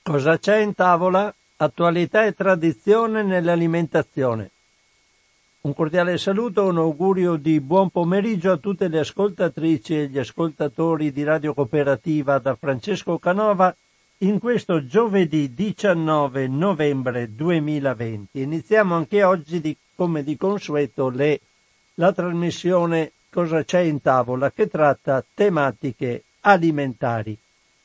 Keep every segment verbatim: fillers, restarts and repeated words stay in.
Cosa c'è in tavola? Attualità e tradizione nell'alimentazione. Un cordiale saluto, un augurio di buon pomeriggio a tutte le ascoltatrici e gli ascoltatori di Radio Cooperativa da Francesco Canova in questo giovedì diciannove novembre duemilaventi. Iniziamo anche oggi, di, come di consueto, le, la trasmissione Cosa c'è in tavola, che tratta tematiche alimentari.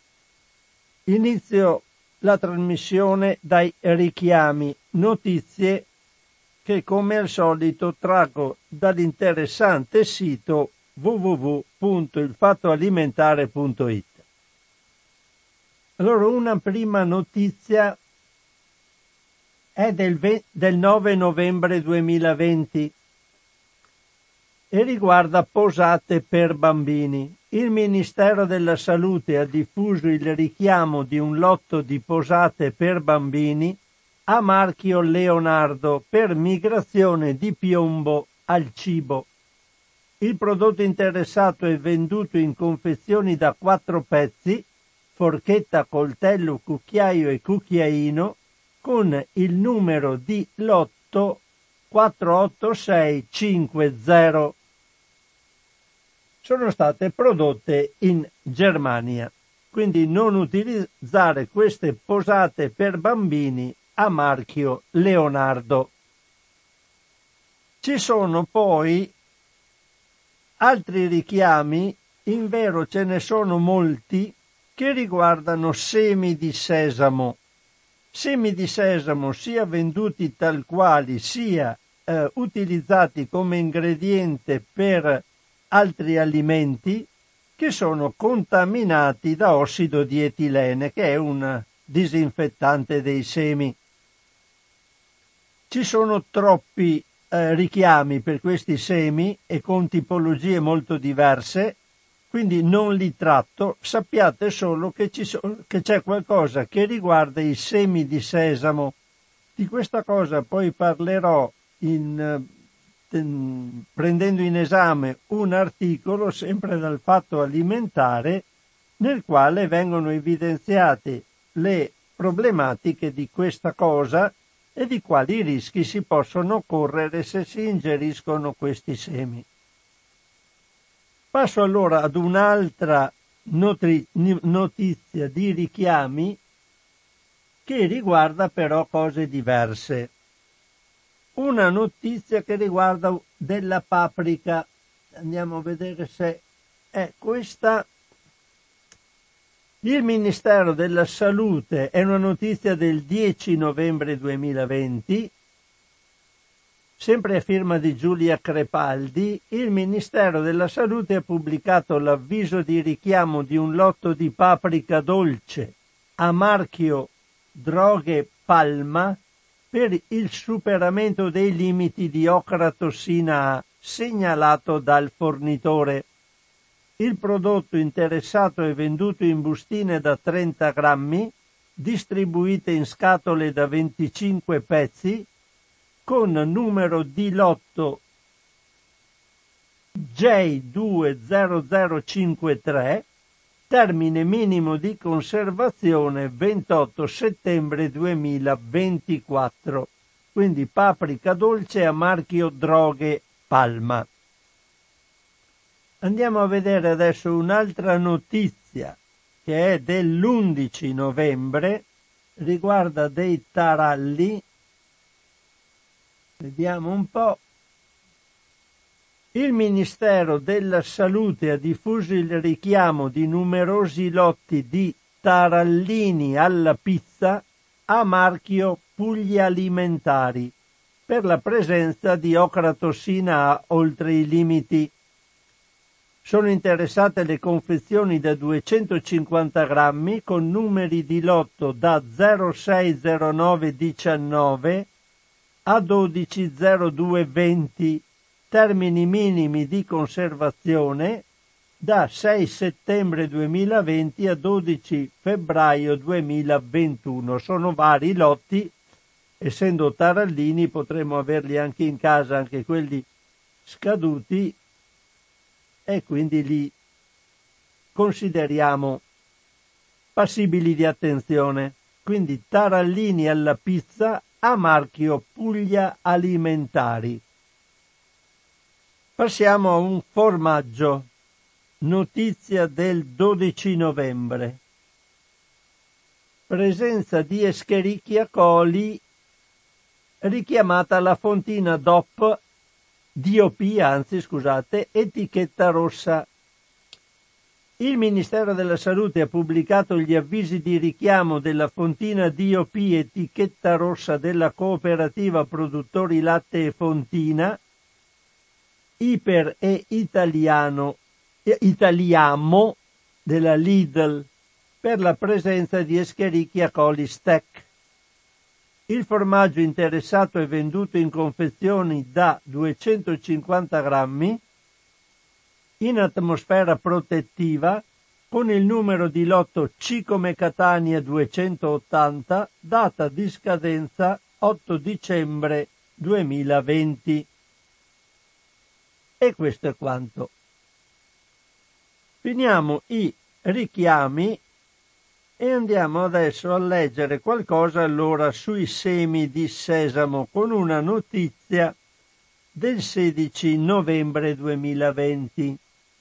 Inizio la trasmissione dai richiami, notizie che come al solito traggo dall'interessante sito w w w punto il fatto alimentare punto it. Allora, una prima notizia è del, del nove novembre duemilaventi e riguarda posate per bambini. Il Ministero della Salute ha diffuso il richiamo di un lotto di posate per bambini a marchio Leonardo per migrazione di piombo al cibo. Il prodotto interessato è venduto in confezioni da quattro pezzi, forchetta, coltello, cucchiaio e cucchiaino, con il numero di lotto quattro otto sei cinque zero. Sono state prodotte in Germania, quindi non utilizzare queste posate per bambini a marchio Leonardo. Ci sono poi altri richiami, invero ce ne sono molti, che riguardano semi di sesamo. Semi di sesamo sia venduti tal quali sia eh, utilizzati come ingrediente per altri alimenti che sono contaminati da ossido di etilene, che è un disinfettante dei semi. Ci sono troppi eh, richiami per questi semi e con tipologie molto diverse, quindi non li tratto. Sappiate solo che, ci so- che c'è qualcosa che riguarda i semi di sesamo. Di questa cosa poi parlerò in, ten, prendendo in esame un articolo sempre dal Fatto Alimentare, nel quale vengono evidenziate le problematiche di questa cosa e di quali rischi si possono correre se si ingeriscono questi semi. Passo allora ad un'altra notri- notizia di richiami che riguarda però cose diverse. Una notizia che riguarda della paprika. Andiamo a vedere se è questa. Il Ministero della Salute, è una notizia del dieci novembre duemilaventi, sempre a firma di Giulia Crepaldi. Il Ministero della Salute ha pubblicato l'avviso di richiamo di un lotto di paprika dolce a marchio Droghe Palma per il superamento dei limiti di ocratossina A segnalato dal fornitore. Il prodotto interessato è venduto in bustine da trenta grammi, distribuite in scatole da venticinque pezzi, con numero di lotto J due zero zero cinque tre, termine minimo di conservazione ventotto settembre duemilaventiquattro. Quindi paprika dolce a marchio Droghe Palma. Andiamo a vedere adesso un'altra notizia che è dell'undici novembre, riguarda dei taralli. Vediamo un po'. Il Ministero della Salute ha diffuso il richiamo di numerosi lotti di tarallini alla pizza a marchio Puglia Alimentari per la presenza di ocratossina A oltre i limiti. Sono interessate le confezioni da duecentocinquanta grammi con numeri di lotto da zero sei zero nove diciannove a dodici zero due venti, termini minimi di conservazione da sei settembre duemilaventi a dodici febbraio duemilaventuno. Sono vari lotti, essendo tarallini potremmo averli anche in casa, anche quelli scaduti, e quindi li consideriamo passibili di attenzione. quindi tarallini alla pizza a marchio Puglia Alimentari. Passiamo a un formaggio. Notizia del dodici novembre. Presenza di Escherichia coli richiamata la fontina D O P, D O P, anzi scusate, etichetta rossa. Il Ministero della Salute ha pubblicato gli avvisi di richiamo della fontina D O P etichetta rossa della cooperativa produttori latte e fontina, Iper e Italiano, Italiamo della Lidl, per la presenza di Escherichia coli Stec. Il formaggio interessato è venduto in confezioni da duecentocinquanta grammi in atmosfera protettiva con il numero di lotto C come Catania duecentottanta, data di scadenza otto dicembre duemilaventi. E questo è quanto. Finiamo i richiami e andiamo adesso a leggere qualcosa allora sui semi di sesamo con una notizia del sedici novembre duemilaventi.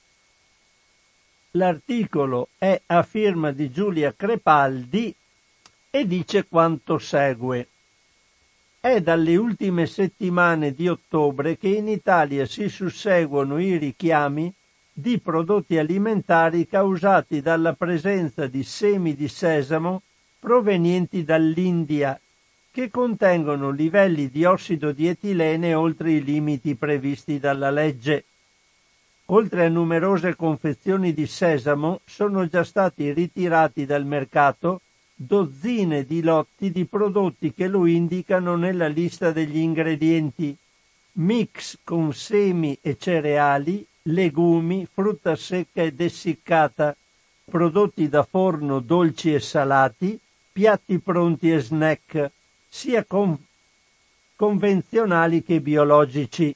L'articolo è a firma di Giulia Crepaldi e dice quanto segue. È dalle ultime settimane di ottobre che in Italia si susseguono i richiami di prodotti alimentari causati dalla presenza di semi di sesamo provenienti dall'India, che contengono livelli di ossido di etilene oltre i limiti previsti dalla legge. Oltre a numerose confezioni di sesamo, sono già stati ritirati dal mercato dozzine di lotti di prodotti che lo indicano nella lista degli ingredienti: mix con semi e cereali, legumi, frutta secca ed essiccata, prodotti da forno dolci e salati, piatti pronti e snack, sia con- convenzionali che biologici.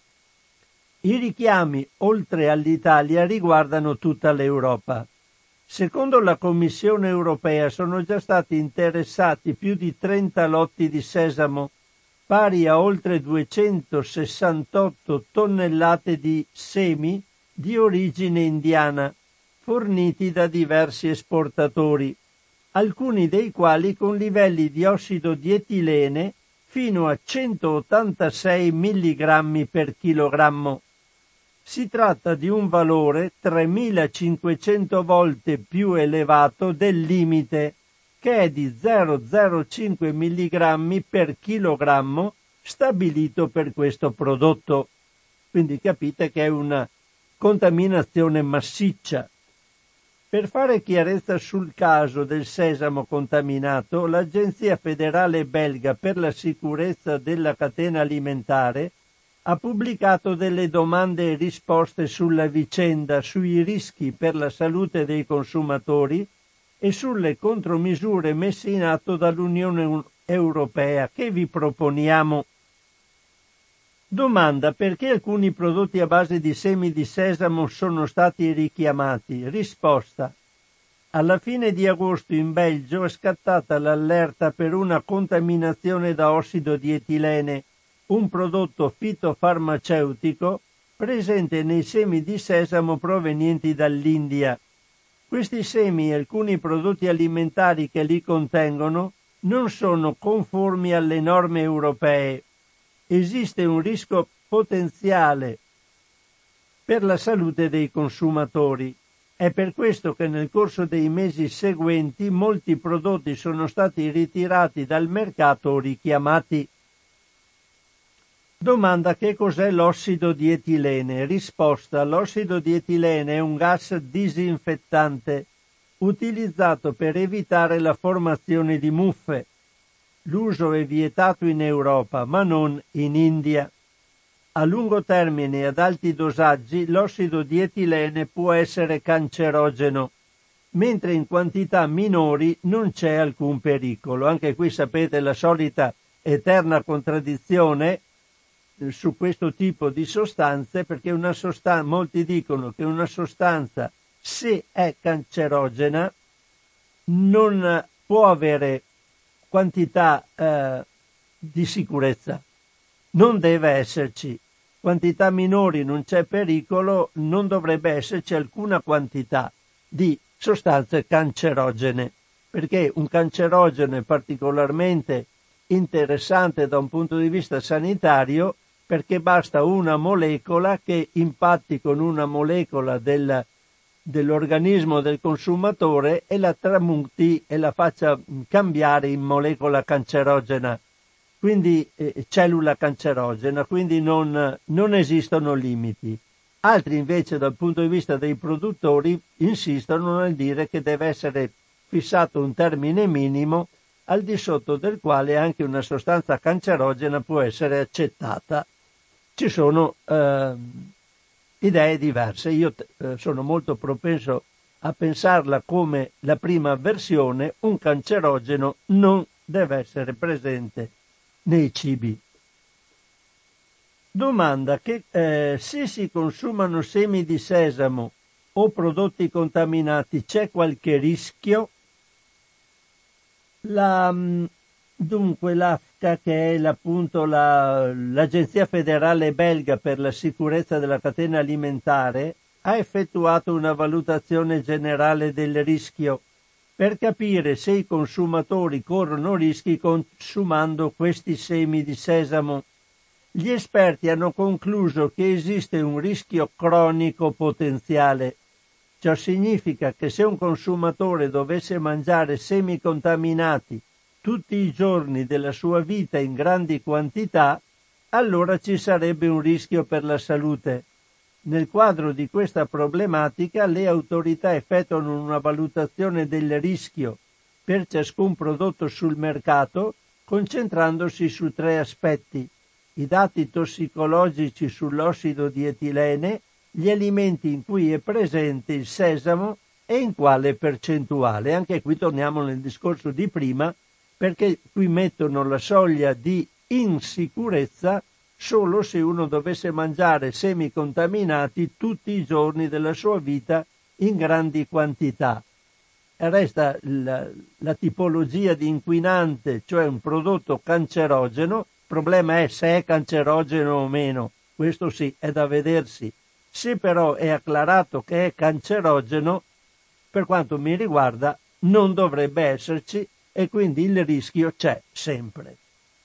I richiami, oltre all'Italia, riguardano tutta l'Europa. Secondo la Commissione europea sono già stati interessati più di trenta lotti di sesamo, pari a oltre duecentosessantotto tonnellate di semi di origine indiana, forniti da diversi esportatori, alcuni dei quali con livelli di ossido di etilene fino a centottantasei milligrammi per chilogrammo. Si tratta di un valore tremilacinquecento volte più elevato del limite, che è di zero virgola zero cinque milligrammi per chilogrammo stabilito per questo prodotto. Quindi capite che è una contaminazione massiccia. Per fare chiarezza sul caso del sesamo contaminato, l'Agenzia federale belga per la sicurezza della catena alimentare ha pubblicato delle domande e risposte sulla vicenda, sui rischi per la salute dei consumatori e sulle contromisure messe in atto dall'Unione Europea che vi proponiamo. Domanda: perché alcuni prodotti a base di semi di sesamo sono stati richiamati? Risposta: alla fine di agosto in Belgio è scattata l'allerta per una contaminazione da ossido di etilene, un prodotto fitofarmaceutico presente nei semi di sesamo provenienti dall'India. Questi semi e alcuni prodotti alimentari che li contengono non sono conformi alle norme europee. Esiste un rischio potenziale per la salute dei consumatori. È per questo che nel corso dei mesi seguenti molti prodotti sono stati ritirati dal mercato o richiamati. Domanda: che cos'è l'ossido di etilene? Risposta: l'ossido di etilene è un gas disinfettante utilizzato per evitare la formazione di muffe. L'uso è vietato in Europa, ma non in India. A lungo termine e ad alti dosaggi l'ossido di etilene può essere cancerogeno, mentre in quantità minori non c'è alcun pericolo. Anche qui sapete la solita eterna contraddizione su questo tipo di sostanze, perché una sostanza, molti dicono che una sostanza, se è cancerogena, non può avere quantità eh, di sicurezza, non deve esserci. Quantità minori non c'è pericolo, non dovrebbe esserci alcuna quantità di sostanze cancerogene, perché un cancerogeno è particolarmente interessante da un punto di vista sanitario, perché basta una molecola che impatti con una molecola del, dell'organismo del consumatore e la tramuti e la faccia cambiare in molecola cancerogena, quindi eh, cellula cancerogena, quindi non, non esistono limiti. Altri invece dal punto di vista dei produttori insistono nel dire che deve essere fissato un termine minimo al di sotto del quale anche una sostanza cancerogena può essere accettata. Ci sono eh, idee diverse. Io eh, sono molto propenso a pensarla come la prima versione: un cancerogeno non deve essere presente nei cibi. Domanda: che eh, se si consumano semi di sesamo o prodotti contaminati c'è qualche rischio? La, dunque l'A F C A, che è appunto la, l'Agenzia federale belga per la sicurezza della catena alimentare, ha effettuato una valutazione generale del rischio per capire se i consumatori corrono rischi consumando questi semi di sesamo. Gli esperti hanno concluso che esiste un rischio cronico potenziale. Ciò significa che se un consumatore dovesse mangiare semi contaminati tutti i giorni della sua vita in grandi quantità, allora ci sarebbe un rischio per la salute. Nel quadro di questa problematica, le autorità effettuano una valutazione del rischio per ciascun prodotto sul mercato, concentrandosi su tre aspetti: i dati tossicologici sull'ossido di etilene, gli alimenti in cui è presente il sesamo e in quale percentuale. Anche qui torniamo nel discorso di prima, perché qui mettono la soglia di insicurezza solo se uno dovesse mangiare semi contaminati tutti i giorni della sua vita in grandi quantità. E resta la, la tipologia di inquinante, cioè un prodotto cancerogeno. Il problema è se è cancerogeno o meno, questo sì, è da vedersi. Se però è acclarato che è cancerogeno, per quanto mi riguarda non dovrebbe esserci, e quindi il rischio c'è sempre.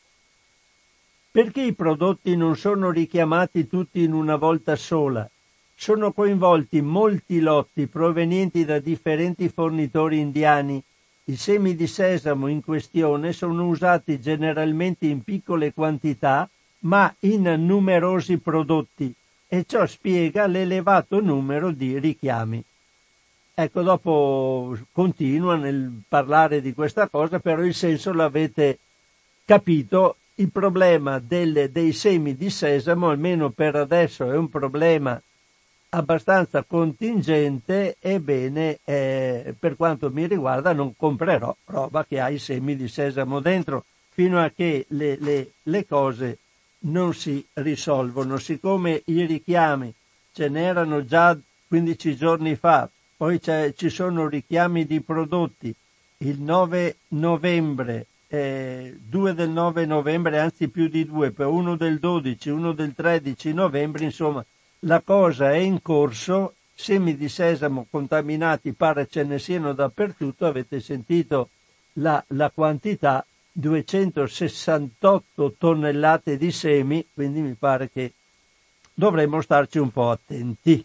Perché i prodotti non sono richiamati tutti in una volta sola? Sono coinvolti molti lotti provenienti da differenti fornitori indiani. I semi di sesamo in questione sono usati generalmente in piccole quantità, ma in numerosi prodotti, e ciò spiega l'elevato numero di richiami. Ecco, dopo continua nel parlare di questa cosa, però il senso l'avete capito. Il problema delle, dei semi di sesamo, almeno per adesso, è un problema abbastanza contingente. Ebbene, eh, per quanto mi riguarda, non comprerò roba che ha i semi di sesamo dentro fino a che le, le, le cose non si risolvono. Siccome i richiami ce n'erano già quindici giorni fa, poi c'è, ci sono richiami di prodotti il nove novembre, eh, due del nove novembre, anzi più di due, per uno del dodici, uno del tredici novembre, insomma la cosa è in corso. Semi di sesamo contaminati pare ce ne siano dappertutto, avete sentito la, la quantità, duecentosessantotto tonnellate di semi, quindi mi pare che dovremmo starci un po' attenti.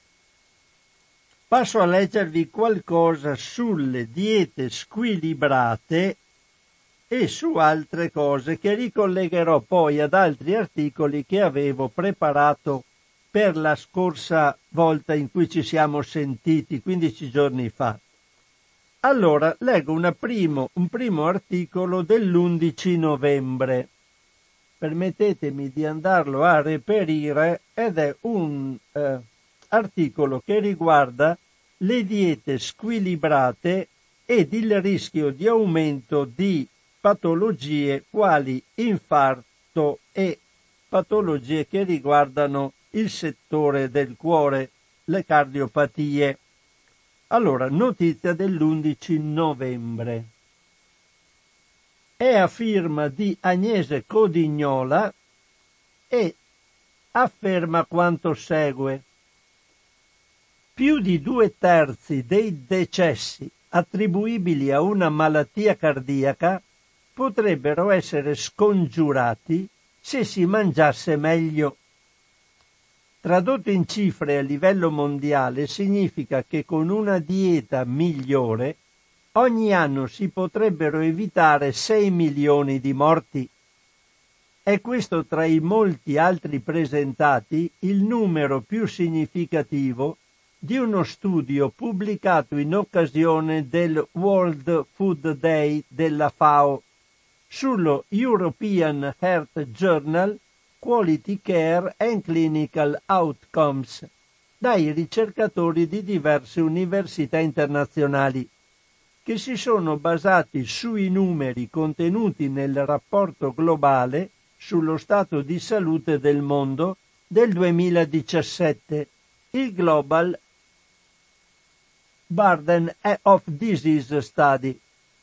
Passo a leggervi qualcosa sulle diete squilibrate e su altre cose che ricollegherò poi ad altri articoli che avevo preparato per la scorsa volta in cui ci siamo sentiti, quindici giorni fa. Allora, leggo una primo, un primo articolo dell'undici novembre. Permettetemi di andarlo a reperire, ed è un eh, articolo che riguarda le diete squilibrate ed il rischio di aumento di patologie quali infarto e patologie che riguardano il settore del cuore, le cardiopatie. Allora, notizia dell'undici novembre. è a firma di Agnese Codignola e afferma quanto segue. Più di due terzi dei decessi attribuibili a una malattia cardiaca potrebbero essere scongiurati se si mangiasse meglio. Tradotto in cifre a livello mondiale significa che con una dieta migliore ogni anno si potrebbero evitare sei milioni di morti. È questo, tra i molti altri presentati, il numero più significativo di uno studio pubblicato in occasione del World Food Day della FAO sullo European Heart Journal Quality Care and Clinical Outcomes dai ricercatori di diverse università internazionali, che si sono basati sui numeri contenuti nel rapporto globale sullo stato di salute del mondo del duemiladiciassette, il Global Burden of Disease Study.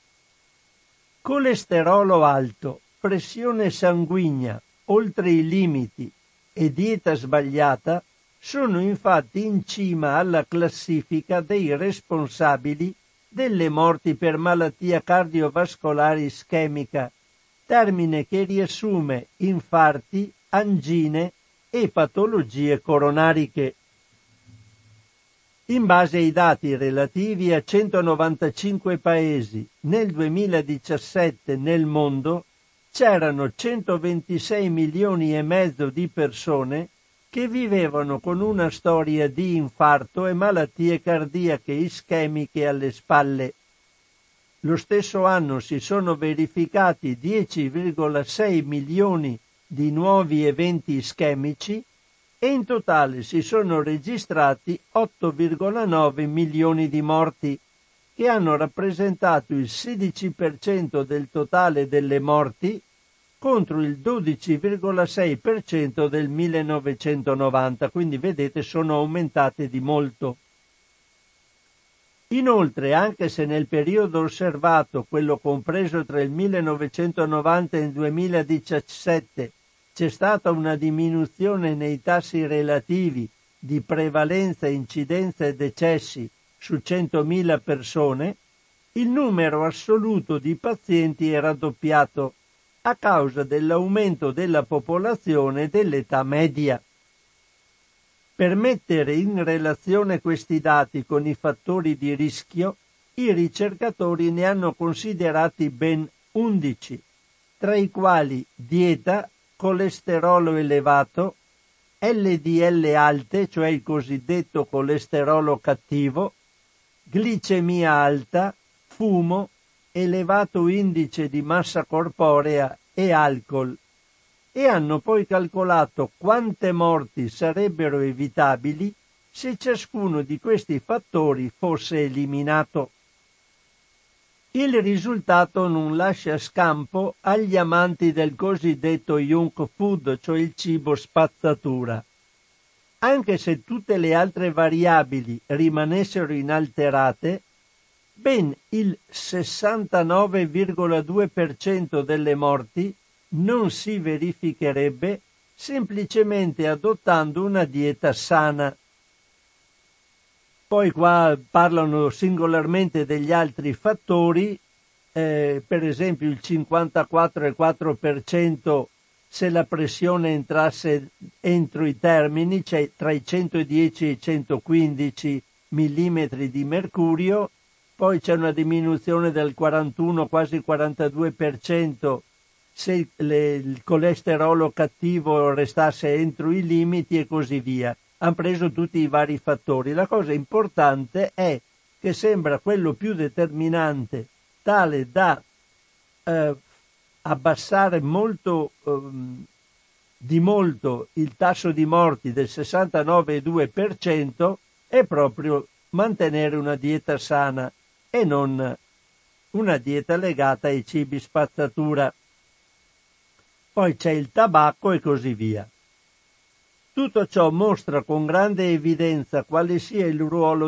Colesterolo alto, pressione sanguigna oltre i limiti e dieta sbagliata sono infatti in cima alla classifica dei responsabili delle morti per malattia cardiovascolare ischemica, termine che riassume infarti, angine e patologie coronariche. In base ai dati relativi a centonovantacinque paesi, nel duemiladiciassette nel mondo c'erano centoventisei milioni e mezzo di persone che vivevano con una storia di infarto e malattie cardiache ischemiche alle spalle. Lo stesso anno si sono verificati dieci virgola sei milioni di nuovi eventi ischemici e in totale si sono registrati otto virgola nove milioni di morti, che hanno rappresentato il sedici per cento del totale delle morti contro il dodici virgola sei per cento del millenovecentonovanta, quindi vedete sono aumentate di molto. Inoltre, anche se nel periodo osservato, quello compreso tra il millenovecentonovanta e il duemiladiciassette, c'è stata una diminuzione nei tassi relativi di prevalenza, incidenza e decessi su centomila persone, il numero assoluto di pazienti è raddoppiato a causa dell'aumento della popolazione e dell'età media. Per mettere in relazione questi dati con i fattori di rischio, i ricercatori ne hanno considerati ben undici, tra i quali dieta, colesterolo elevato, L D L alte, cioè il cosiddetto colesterolo cattivo, glicemia alta, fumo, elevato indice di massa corporea e alcol, e hanno poi calcolato quante morti sarebbero evitabili se ciascuno di questi fattori fosse eliminato. Il risultato non lascia scampo agli amanti del cosiddetto junk food, cioè il cibo spazzatura. Anche se tutte le altre variabili rimanessero inalterate, ben il sessantanove virgola due per cento delle morti non si verificherebbe semplicemente adottando una dieta sana. Poi qua parlano singolarmente degli altri fattori, eh, per esempio il cinquantaquattro virgola quattro per cento se la pressione entrasse entro i termini, cioè tra i centodieci e i centoquindici millimetri di mercurio, poi c'è una diminuzione del quarantuno, quasi quarantadue per cento se le, il colesterolo cattivo restasse entro i limiti e così via. Hanno preso tutti i vari fattori. La cosa importante è che sembra quello più determinante, tale da eh, abbassare molto, eh, di molto il tasso di morti del sessantanove virgola due per cento, è proprio mantenere una dieta sana e non una dieta legata ai cibi spazzatura. Poi c'è il tabacco e così via. Tutto ciò mostra con grande evidenza quale sia il ruolo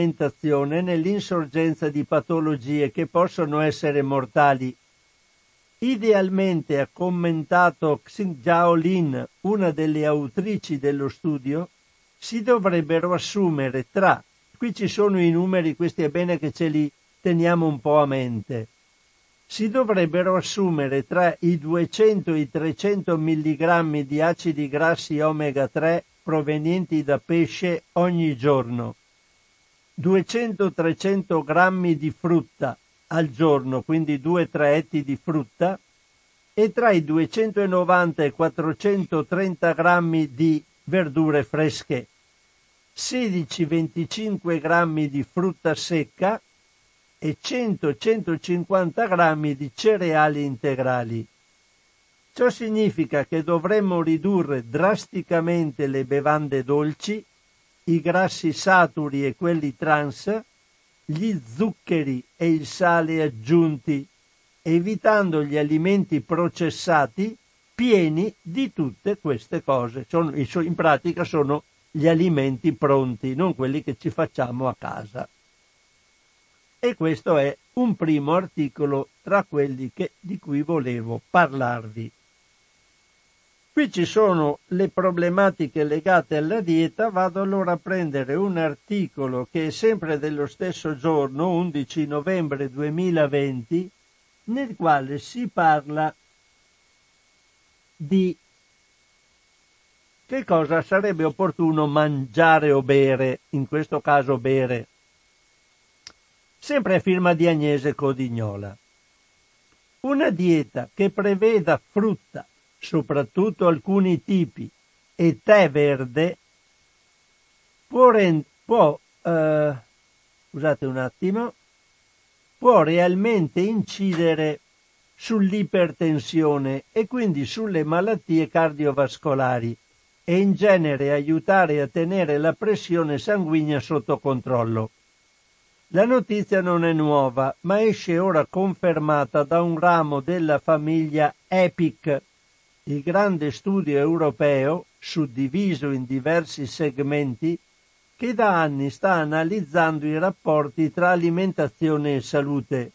dell'alimentazione nell'insorgenza di patologie che possono essere mortali. Idealmente, ha commentato Xinjiao Lin, una delle autrici dello studio, si dovrebbero assumere tra, qui ci sono i numeri, questi è bene che ce li teniamo un po' a mente, si dovrebbero assumere tra i duecento e i trecento milligrammi di acidi grassi omega tre provenienti da pesce ogni giorno, duecento trecento grammi di frutta al giorno, quindi due tre etti di frutta, e tra i duecentonovanta e i quattrocentotrenta grammi di verdure fresche, sedici venticinque grammi di frutta secca e cento centocinquanta grammi di cereali integrali. Ciò significa che dovremmo ridurre drasticamente le bevande dolci, i grassi saturi e quelli trans, gli zuccheri e il sale aggiunti, evitando gli alimenti processati pieni di tutte queste cose. Sono, in pratica sono gli alimenti pronti, non quelli che ci facciamo a casa. E questo è un primo articolo tra quelli che, di cui volevo parlarvi. Qui ci sono le problematiche legate alla dieta. Vado allora a prendere un articolo che è sempre dello stesso giorno, undici novembre duemilaventi, nel quale si parla di che cosa sarebbe opportuno mangiare o bere, in questo caso bere. Sempre a firma di Agnese Codignola. Una dieta che preveda frutta, soprattutto alcuni tipi, e tè verde può, rend- può eh, scusate un attimo, può realmente incidere sull'ipertensione e quindi sulle malattie cardiovascolari e in genere aiutare a tenere la pressione sanguigna sotto controllo. La notizia non è nuova, ma esce ora confermata da un ramo della famiglia EPIC, il grande studio europeo, suddiviso in diversi segmenti, che da anni sta analizzando i rapporti tra alimentazione e salute,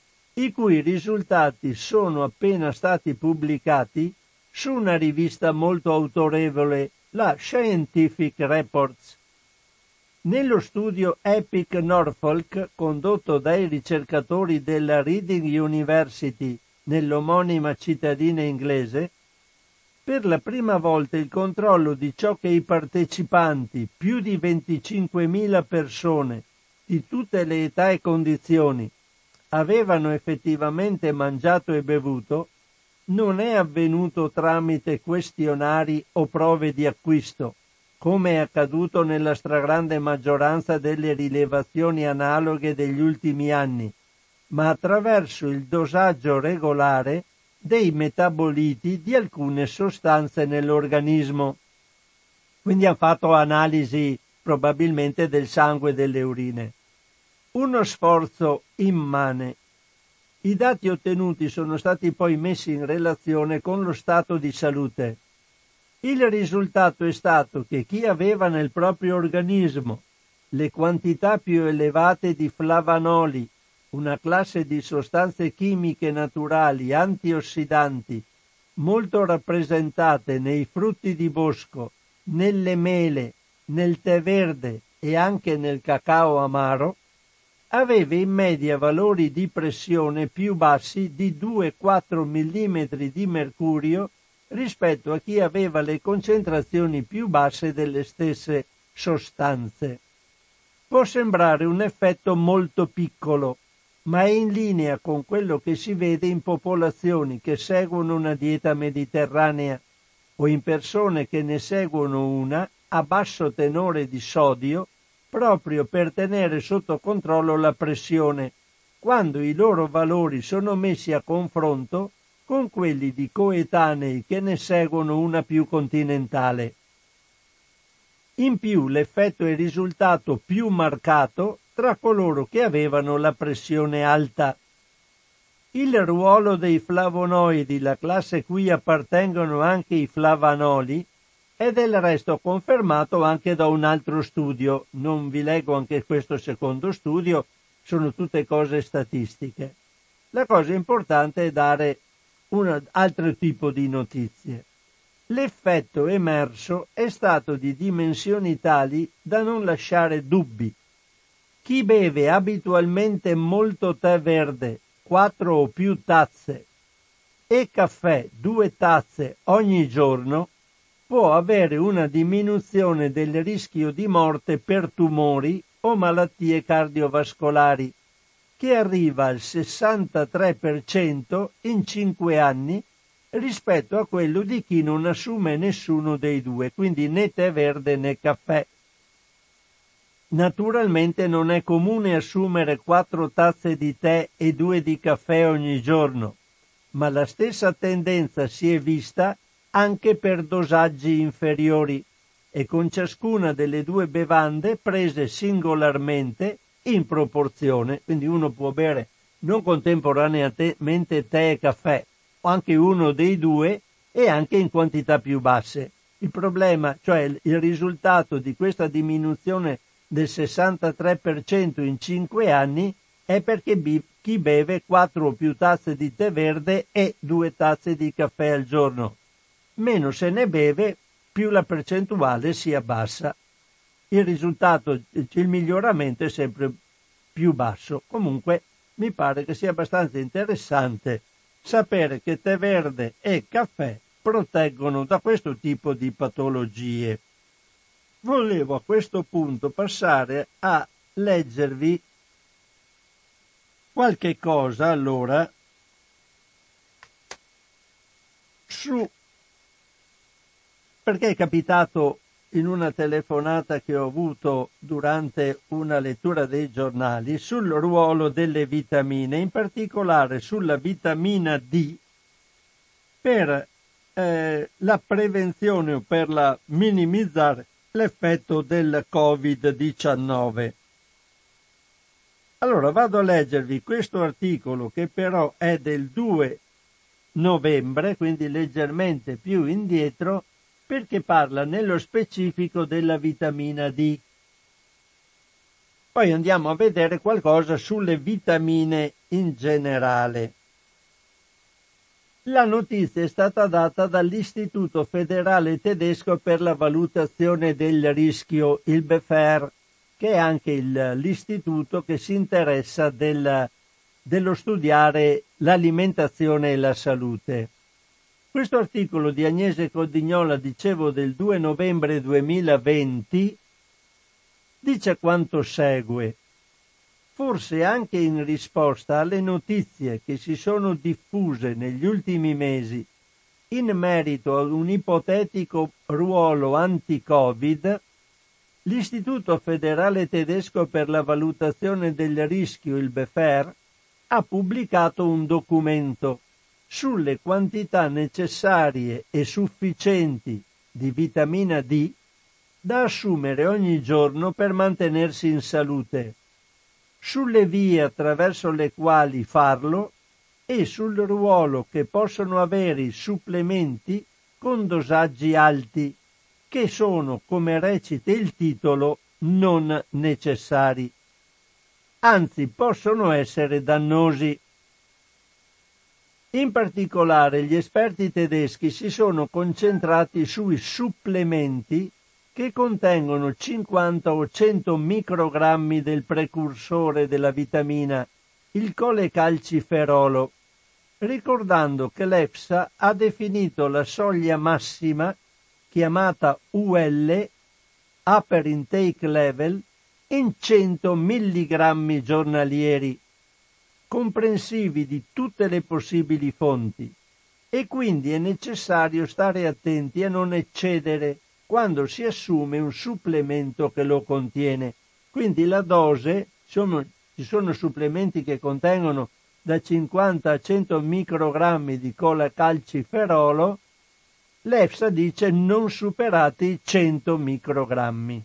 i cui risultati sono appena stati pubblicati su una rivista molto autorevole, la Scientific Reports. Nello studio EPIC Norfolk, condotto dai ricercatori della Reading University nell'omonima cittadina inglese, per la prima volta il controllo di ciò che i partecipanti, più di venticinquemila persone di tutte le età e condizioni, avevano effettivamente mangiato e bevuto, non è avvenuto tramite questionari o prove di acquisto, come è accaduto nella stragrande maggioranza delle rilevazioni analoghe degli ultimi anni, ma attraverso il dosaggio regolare dei metaboliti di alcune sostanze nell'organismo. Quindi hanno fatto analisi probabilmente del sangue e delle urine. Uno sforzo immane. I dati ottenuti sono stati poi messi in relazione con lo stato di salute. Il risultato è stato che chi aveva nel proprio organismo le quantità più elevate di flavanoli, una classe di sostanze chimiche naturali antiossidanti molto rappresentate nei frutti di bosco, nelle mele, nel tè verde e anche nel cacao amaro, aveva in media valori di pressione più bassi di due quattro millimetri di mercurio rispetto a chi aveva le concentrazioni più basse delle stesse sostanze. Può sembrare un effetto molto piccolo, ma è in linea con quello che si vede in popolazioni che seguono una dieta mediterranea o in persone che ne seguono una a basso tenore di sodio proprio per tenere sotto controllo la pressione, quando i loro valori sono messi a confronto con quelli di coetanei che ne seguono una più continentale. In più l'effetto è risultato più marcato tra coloro che avevano la pressione alta. Il ruolo dei flavonoidi, la classe cui appartengono anche i flavanoli, è del resto confermato anche da un altro studio. Non vi leggo anche questo secondo studio, sono tutte cose statistiche. La cosa importante è dare un altro tipo di notizie. L'effetto emerso è stato di dimensioni tali da non lasciare dubbi. Chi beve abitualmente molto tè verde, quattro o più tazze, e caffè, due tazze ogni giorno, può avere una diminuzione del rischio di morte per tumori o malattie cardiovascolari, che arriva al sessantatré per cento in cinque anni rispetto a quello di chi non assume nessuno dei due, quindi né tè verde né caffè. Naturalmente non è comune assumere quattro tazze di tè e due di caffè ogni giorno, ma la stessa tendenza si è vista anche per dosaggi inferiori e con ciascuna delle due bevande prese singolarmente in proporzione, quindi uno può bere non contemporaneamente tè e caffè, o anche uno dei due e anche in quantità più basse. Il problema, cioè il risultato di questa diminuzione del sessantatré per cento in cinque anni, è perché chi beve quattro o più tazze di tè verde e due tazze di caffè al giorno. Meno se ne beve, più la percentuale si abbassa. Il risultato, il miglioramento è sempre più basso. Comunque mi pare che sia abbastanza interessante sapere che tè verde e caffè proteggono da questo tipo di patologie. Volevo a questo punto passare a leggervi qualche cosa allora su, perché è capitato in una telefonata che ho avuto durante una lettura dei giornali sul ruolo delle vitamine, in particolare sulla vitamina D per eh, la prevenzione o per la minimizzare l'effetto del covid diciannove. Allora vado a leggervi questo articolo che però è del due novembre, quindi leggermente più indietro, perché parla nello specifico della vitamina D. Poi andiamo a vedere qualcosa sulle vitamine in generale. La notizia è stata data dall'Istituto Federale Tedesco per la Valutazione del Rischio, il B F E R, che è anche il, l'istituto che si interessa del, dello studiare l'alimentazione e la salute. Questo articolo di Agnese Codignola, dicevo, del due novembre duemilaventi, dice quanto segue. Forse anche in risposta alle notizie che si sono diffuse negli ultimi mesi in merito ad un ipotetico ruolo anti-Covid, l'Istituto Federale Tedesco per la Valutazione del Rischio, il B F E R, ha pubblicato un documento sulle quantità necessarie e sufficienti di vitamina D da assumere ogni giorno per mantenersi in salute, sulle vie attraverso le quali farlo e sul ruolo che possono avere i supplementi con dosaggi alti, che sono, come recita il titolo, non necessari. Anzi, possono essere dannosi. In particolare, gli esperti tedeschi si sono concentrati sui supplementi che contengono cinquanta o cento microgrammi del precursore della vitamina, il colecalciferolo, ricordando che l'EFSA ha definito la soglia massima, chiamata U L, Upper Intake Level, in cento milligrammi giornalieri, comprensivi di tutte le possibili fonti, e quindi è necessario stare attenti a non eccedere quando si assume un supplemento che lo contiene. Quindi la dose, sono, ci sono supplementi che contengono da cinquanta a cento microgrammi di colecalciferolo, l'EFSA dice non superate i cento microgrammi.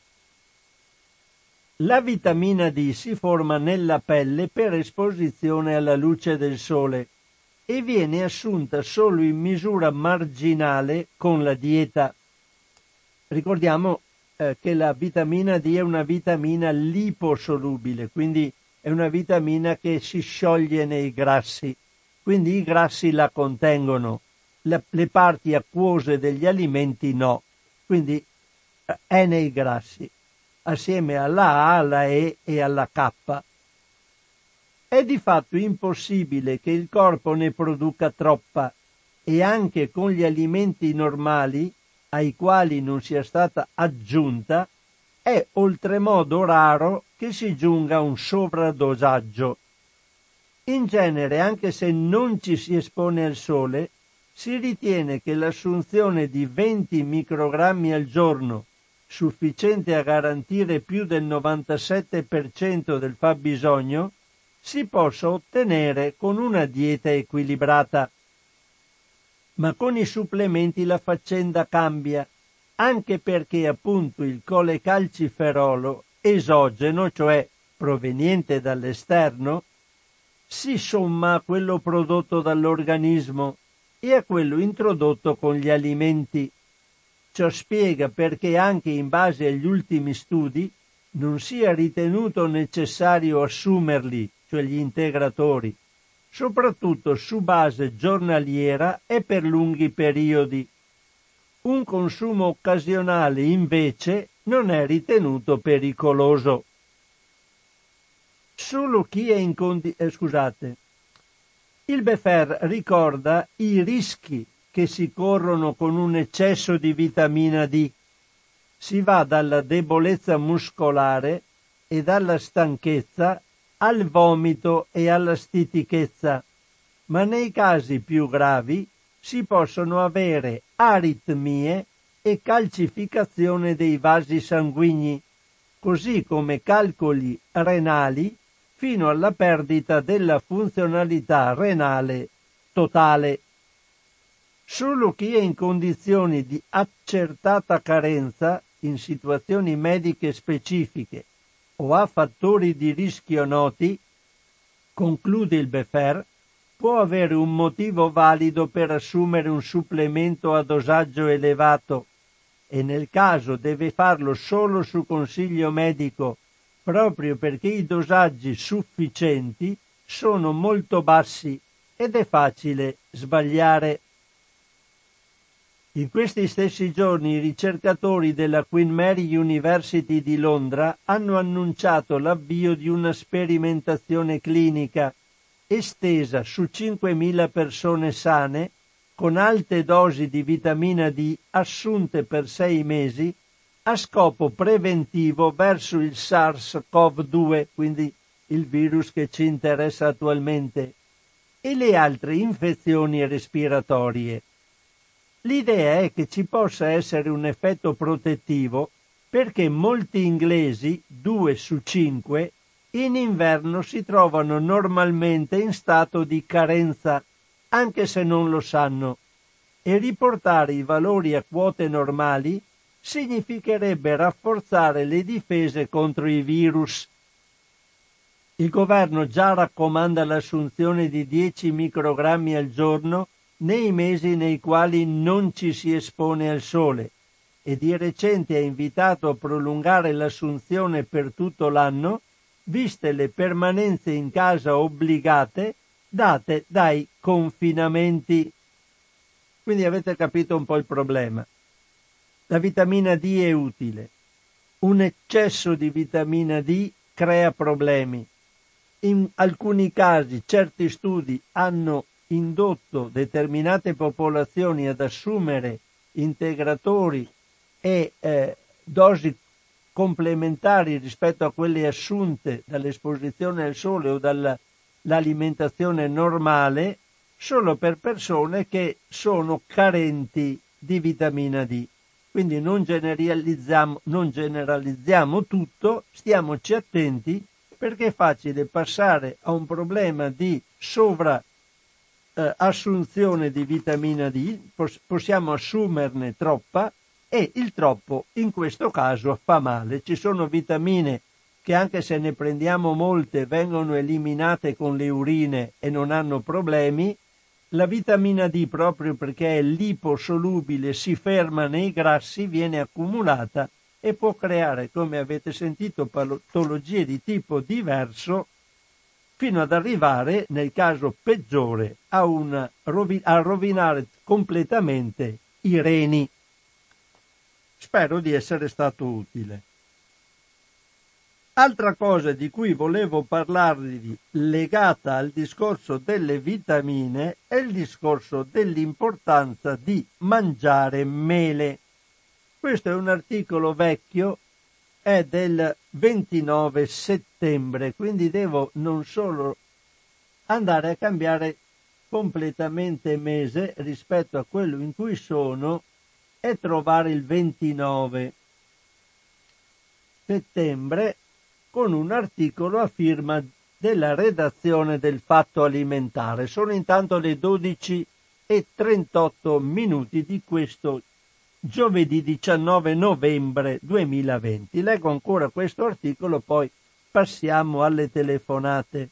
La vitamina D si forma nella pelle per esposizione alla luce del sole e viene assunta solo in misura marginale con la dieta. Ricordiamo eh, che la vitamina D è una vitamina liposolubile, quindi è una vitamina che si scioglie nei grassi, quindi i grassi la contengono, le, le parti acquose degli alimenti no, quindi è nei grassi, assieme alla A, alla E e alla K. È di fatto impossibile che il corpo ne produca troppa, e anche con gli alimenti normali, ai quali non sia stata aggiunta, è oltremodo raro che si giunga a un sovradosaggio. In genere, anche se non ci si espone al sole, si ritiene che l'assunzione di venti microgrammi al giorno, sufficiente a garantire più del novantasette per cento del fabbisogno, si possa ottenere con una dieta equilibrata. Ma con i supplementi la faccenda cambia, anche perché appunto il colecalciferolo esogeno, cioè proveniente dall'esterno, si somma a quello prodotto dall'organismo e a quello introdotto con gli alimenti. Ciò spiega perché anche in base agli ultimi studi non sia ritenuto necessario assumerli, cioè gli integratori, soprattutto su base giornaliera e per lunghi periodi. Un consumo occasionale, invece, non è ritenuto pericoloso. Solo chi è in condi- eh, scusate. Il Befer ricorda i rischi che si corrono con un eccesso di vitamina D. Si va dalla debolezza muscolare e dalla stanchezza al vomito e alla stitichezza, ma nei casi più gravi si possono avere aritmie e calcificazione dei vasi sanguigni, così come calcoli renali fino alla perdita della funzionalità renale totale. Solo chi è in condizioni di accertata carenza in situazioni mediche specifiche o ha fattori di rischio noti, conclude il Befer, può avere un motivo valido per assumere un supplemento a dosaggio elevato e nel caso deve farlo solo su consiglio medico, proprio perché i dosaggi sufficienti sono molto bassi ed è facile sbagliare. In questi stessi giorni i ricercatori della Queen Mary University di Londra hanno annunciato l'avvio di una sperimentazione clinica estesa su cinquemila persone sane con alte dosi di vitamina D assunte per sei mesi a scopo preventivo verso il SARS-CoV due, quindi il virus che ci interessa attualmente, e le altre infezioni respiratorie. L'idea è che ci possa essere un effetto protettivo perché molti inglesi, due su cinque, in inverno si trovano normalmente in stato di carenza, anche se non lo sanno, e riportare i valori a quote normali significherebbe rafforzare le difese contro i virus. Il governo già raccomanda l'assunzione di dieci microgrammi al giorno nei mesi nei quali non ci si espone al sole e di recente ha invitato a prolungare l'assunzione per tutto l'anno, viste le permanenze in casa obbligate date dai confinamenti. Quindi avete capito un po' il problema. La vitamina D è utile. Un eccesso di vitamina D crea problemi. In alcuni casi certi studi hanno indotto determinate popolazioni ad assumere integratori e eh, dosi complementari rispetto a quelle assunte dall'esposizione al sole o dall'alimentazione normale solo per persone che sono carenti di vitamina D. Quindi non generalizziamo, non generalizziamo tutto, stiamoci attenti perché è facile passare a un problema di sovra eh, assunzione di vitamina D, Pos- possiamo assumerne troppa e il troppo in questo caso fa male. Ci sono vitamine che anche se ne prendiamo molte vengono eliminate con le urine e non hanno problemi. La vitamina D, proprio perché è liposolubile, si ferma nei grassi, viene accumulata e può creare, come avete sentito, patologie di tipo diverso fino ad arrivare, nel caso peggiore, a, una, a rovinare completamente i reni. Spero di essere stato utile. Altra cosa di cui volevo parlarvi legata al discorso delle vitamine è il discorso dell'importanza di mangiare mele. Questo è un articolo vecchio, è del ventinove settembre, quindi devo non solo andare a cambiare completamente mese rispetto a quello in cui sono e trovare il ventinove settembre con un articolo a firma della redazione del Fatto Alimentare. Sono intanto le dodici e trentotto minuti di questo giovedì diciannove novembre duemilaventi. Leggo ancora questo articolo, poi passiamo alle telefonate.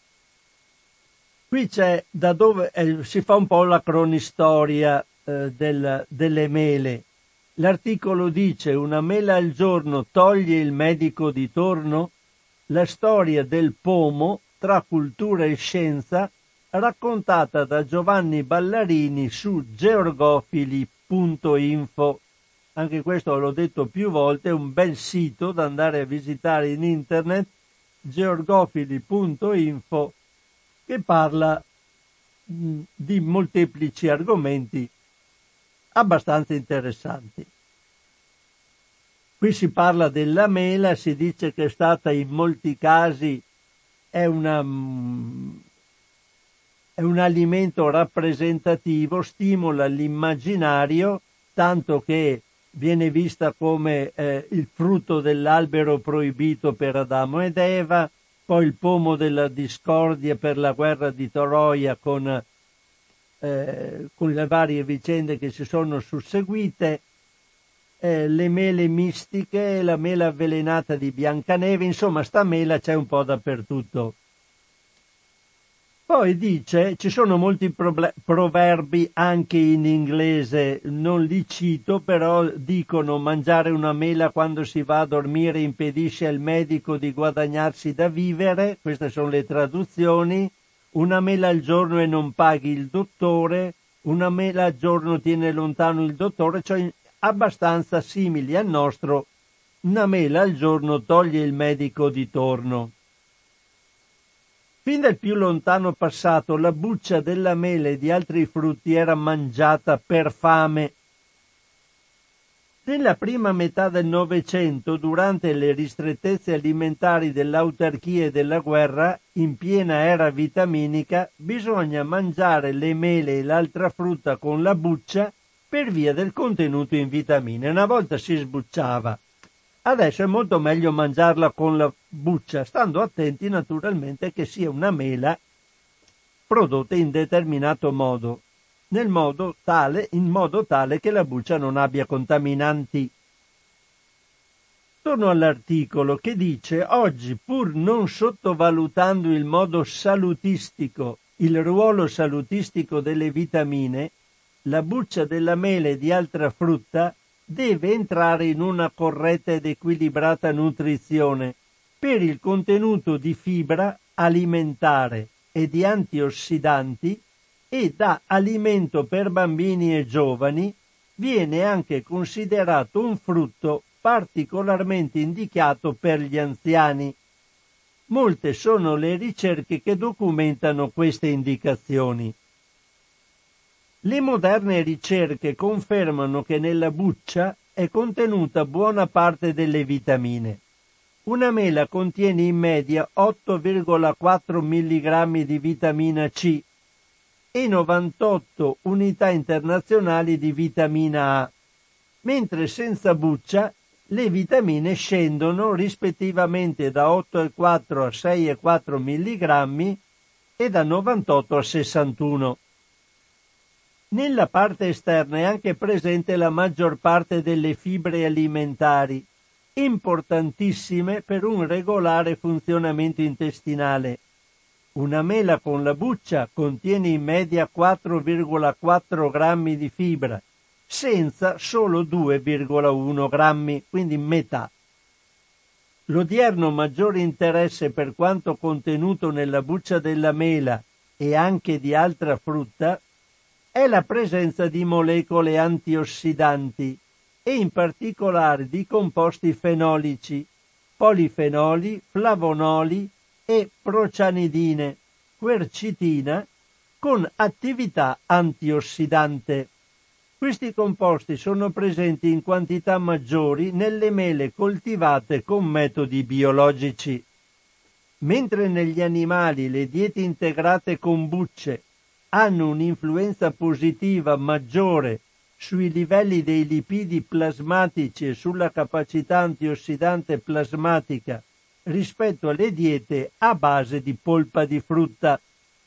Qui c'è da dove eh, si fa un po' la cronistoria eh, del, delle mele. L'articolo dice: una mela al giorno toglie il medico di torno? La storia del pomo tra cultura e scienza, raccontata da Giovanni Ballarini su georgofili punto info. Anche questo l'ho detto più volte, è un bel sito da andare a visitare in internet, georgofili punto info, che parla mh, di molteplici argomenti abbastanza interessanti. Qui si parla della mela, si dice che è stata in molti casi è una è un alimento rappresentativo, stimola l'immaginario, tanto che viene vista come eh, il frutto dell'albero proibito per Adamo ed Eva, poi il pomo della discordia per la guerra di Troia con Eh, con le varie vicende che si sono susseguite, eh, le mele mistiche, la mela avvelenata di Biancaneve, insomma sta mela c'è un po' dappertutto. Poi dice, ci sono molti proble- proverbi anche in inglese, non li cito, però dicono: mangiare una mela quando si va a dormire impedisce al medico di guadagnarsi da vivere, queste sono le traduzioni. Una mela al giorno e non paghi il dottore, una mela al giorno tiene lontano il dottore, cioè abbastanza simili al nostro: una mela al giorno toglie il medico di torno. Fin dal più lontano passato la buccia della mela e di altri frutti era mangiata per fame. Nella prima metà del Novecento, durante le ristrettezze alimentari dell'autarchia e della guerra, in piena era vitaminica, bisogna mangiare le mele e l'altra frutta con la buccia per via del contenuto in vitamine. Una volta si sbucciava, adesso è molto meglio mangiarla con la buccia, stando attenti naturalmente che sia una mela prodotta in determinato modo. Nel modo tale, in modo tale che la buccia non abbia contaminanti. Torno all'articolo che dice: oggi, pur non sottovalutando il modo salutistico, il ruolo salutistico delle vitamine, la buccia della mela e di altra frutta deve entrare in una corretta ed equilibrata nutrizione per il contenuto di fibra alimentare e di antiossidanti, e da alimento per bambini e giovani viene anche considerato un frutto particolarmente indicato per gli anziani. Molte sono le ricerche che documentano queste indicazioni. Le moderne ricerche confermano che nella buccia è contenuta buona parte delle vitamine. Una mela contiene in media otto virgola quattro milligrammi di vitamina C e novantotto unità internazionali di vitamina A, mentre senza buccia le vitamine scendono rispettivamente da otto virgola quattro a sei virgola quattro milligrammi e da novantotto a sessantuno. Nella parte esterna è anche presente la maggior parte delle fibre alimentari, importantissime per un regolare funzionamento intestinale. Una mela con la buccia contiene in media quattro virgola quattro grammi di fibra, senza solo due virgola uno grammi, quindi metà. L'odierno maggiore interesse per quanto contenuto nella buccia della mela e anche di altra frutta è la presenza di molecole antiossidanti e in particolare di composti fenolici, polifenoli, flavonoli e procianidine, quercitina, con attività antiossidante. Questi composti sono presenti in quantità maggiori nelle mele coltivate con metodi biologici. Mentre negli animali le diete integrate con bucce hanno un'influenza positiva maggiore sui livelli dei lipidi plasmatici e sulla capacità antiossidante plasmatica rispetto alle diete a base di polpa di frutta.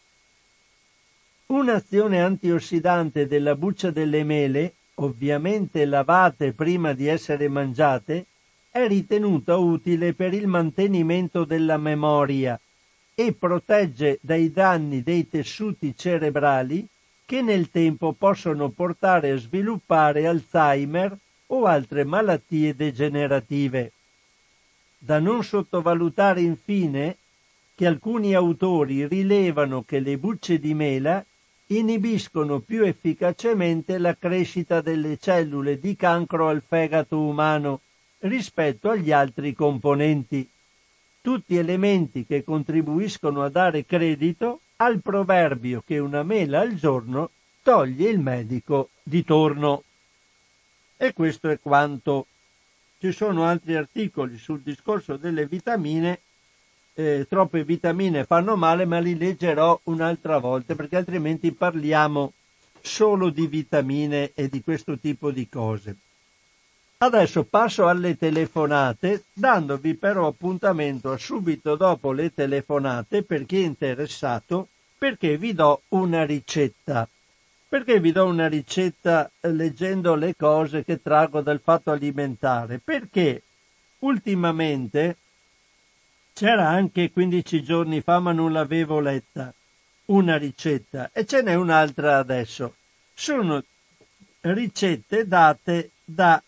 Un'azione antiossidante della buccia delle mele, ovviamente lavate prima di essere mangiate, è ritenuta utile per il mantenimento della memoria e protegge dai danni dei tessuti cerebrali che nel tempo possono portare a sviluppare Alzheimer o altre malattie degenerative. Da non sottovalutare infine che alcuni autori rilevano che le bucce di mela inibiscono più efficacemente la crescita delle cellule di cancro al fegato umano rispetto agli altri componenti. Tutti elementi che contribuiscono a dare credito al proverbio che una mela al giorno toglie il medico di torno. E questo è quanto. Ci sono altri articoli sul discorso delle vitamine. Eh, troppe vitamine fanno male, ma li leggerò un'altra volta perché altrimenti parliamo solo di vitamine e di questo tipo di cose. Adesso passo alle telefonate, dandovi però appuntamento a subito dopo le telefonate per chi è interessato, perché vi do una ricetta. Perché vi do una ricetta eh, leggendo le cose che traggo dal Fatto Alimentare? Perché ultimamente c'era anche quindici giorni fa, ma non l'avevo letta, una ricetta, e ce n'è un'altra adesso. Sono ricette date da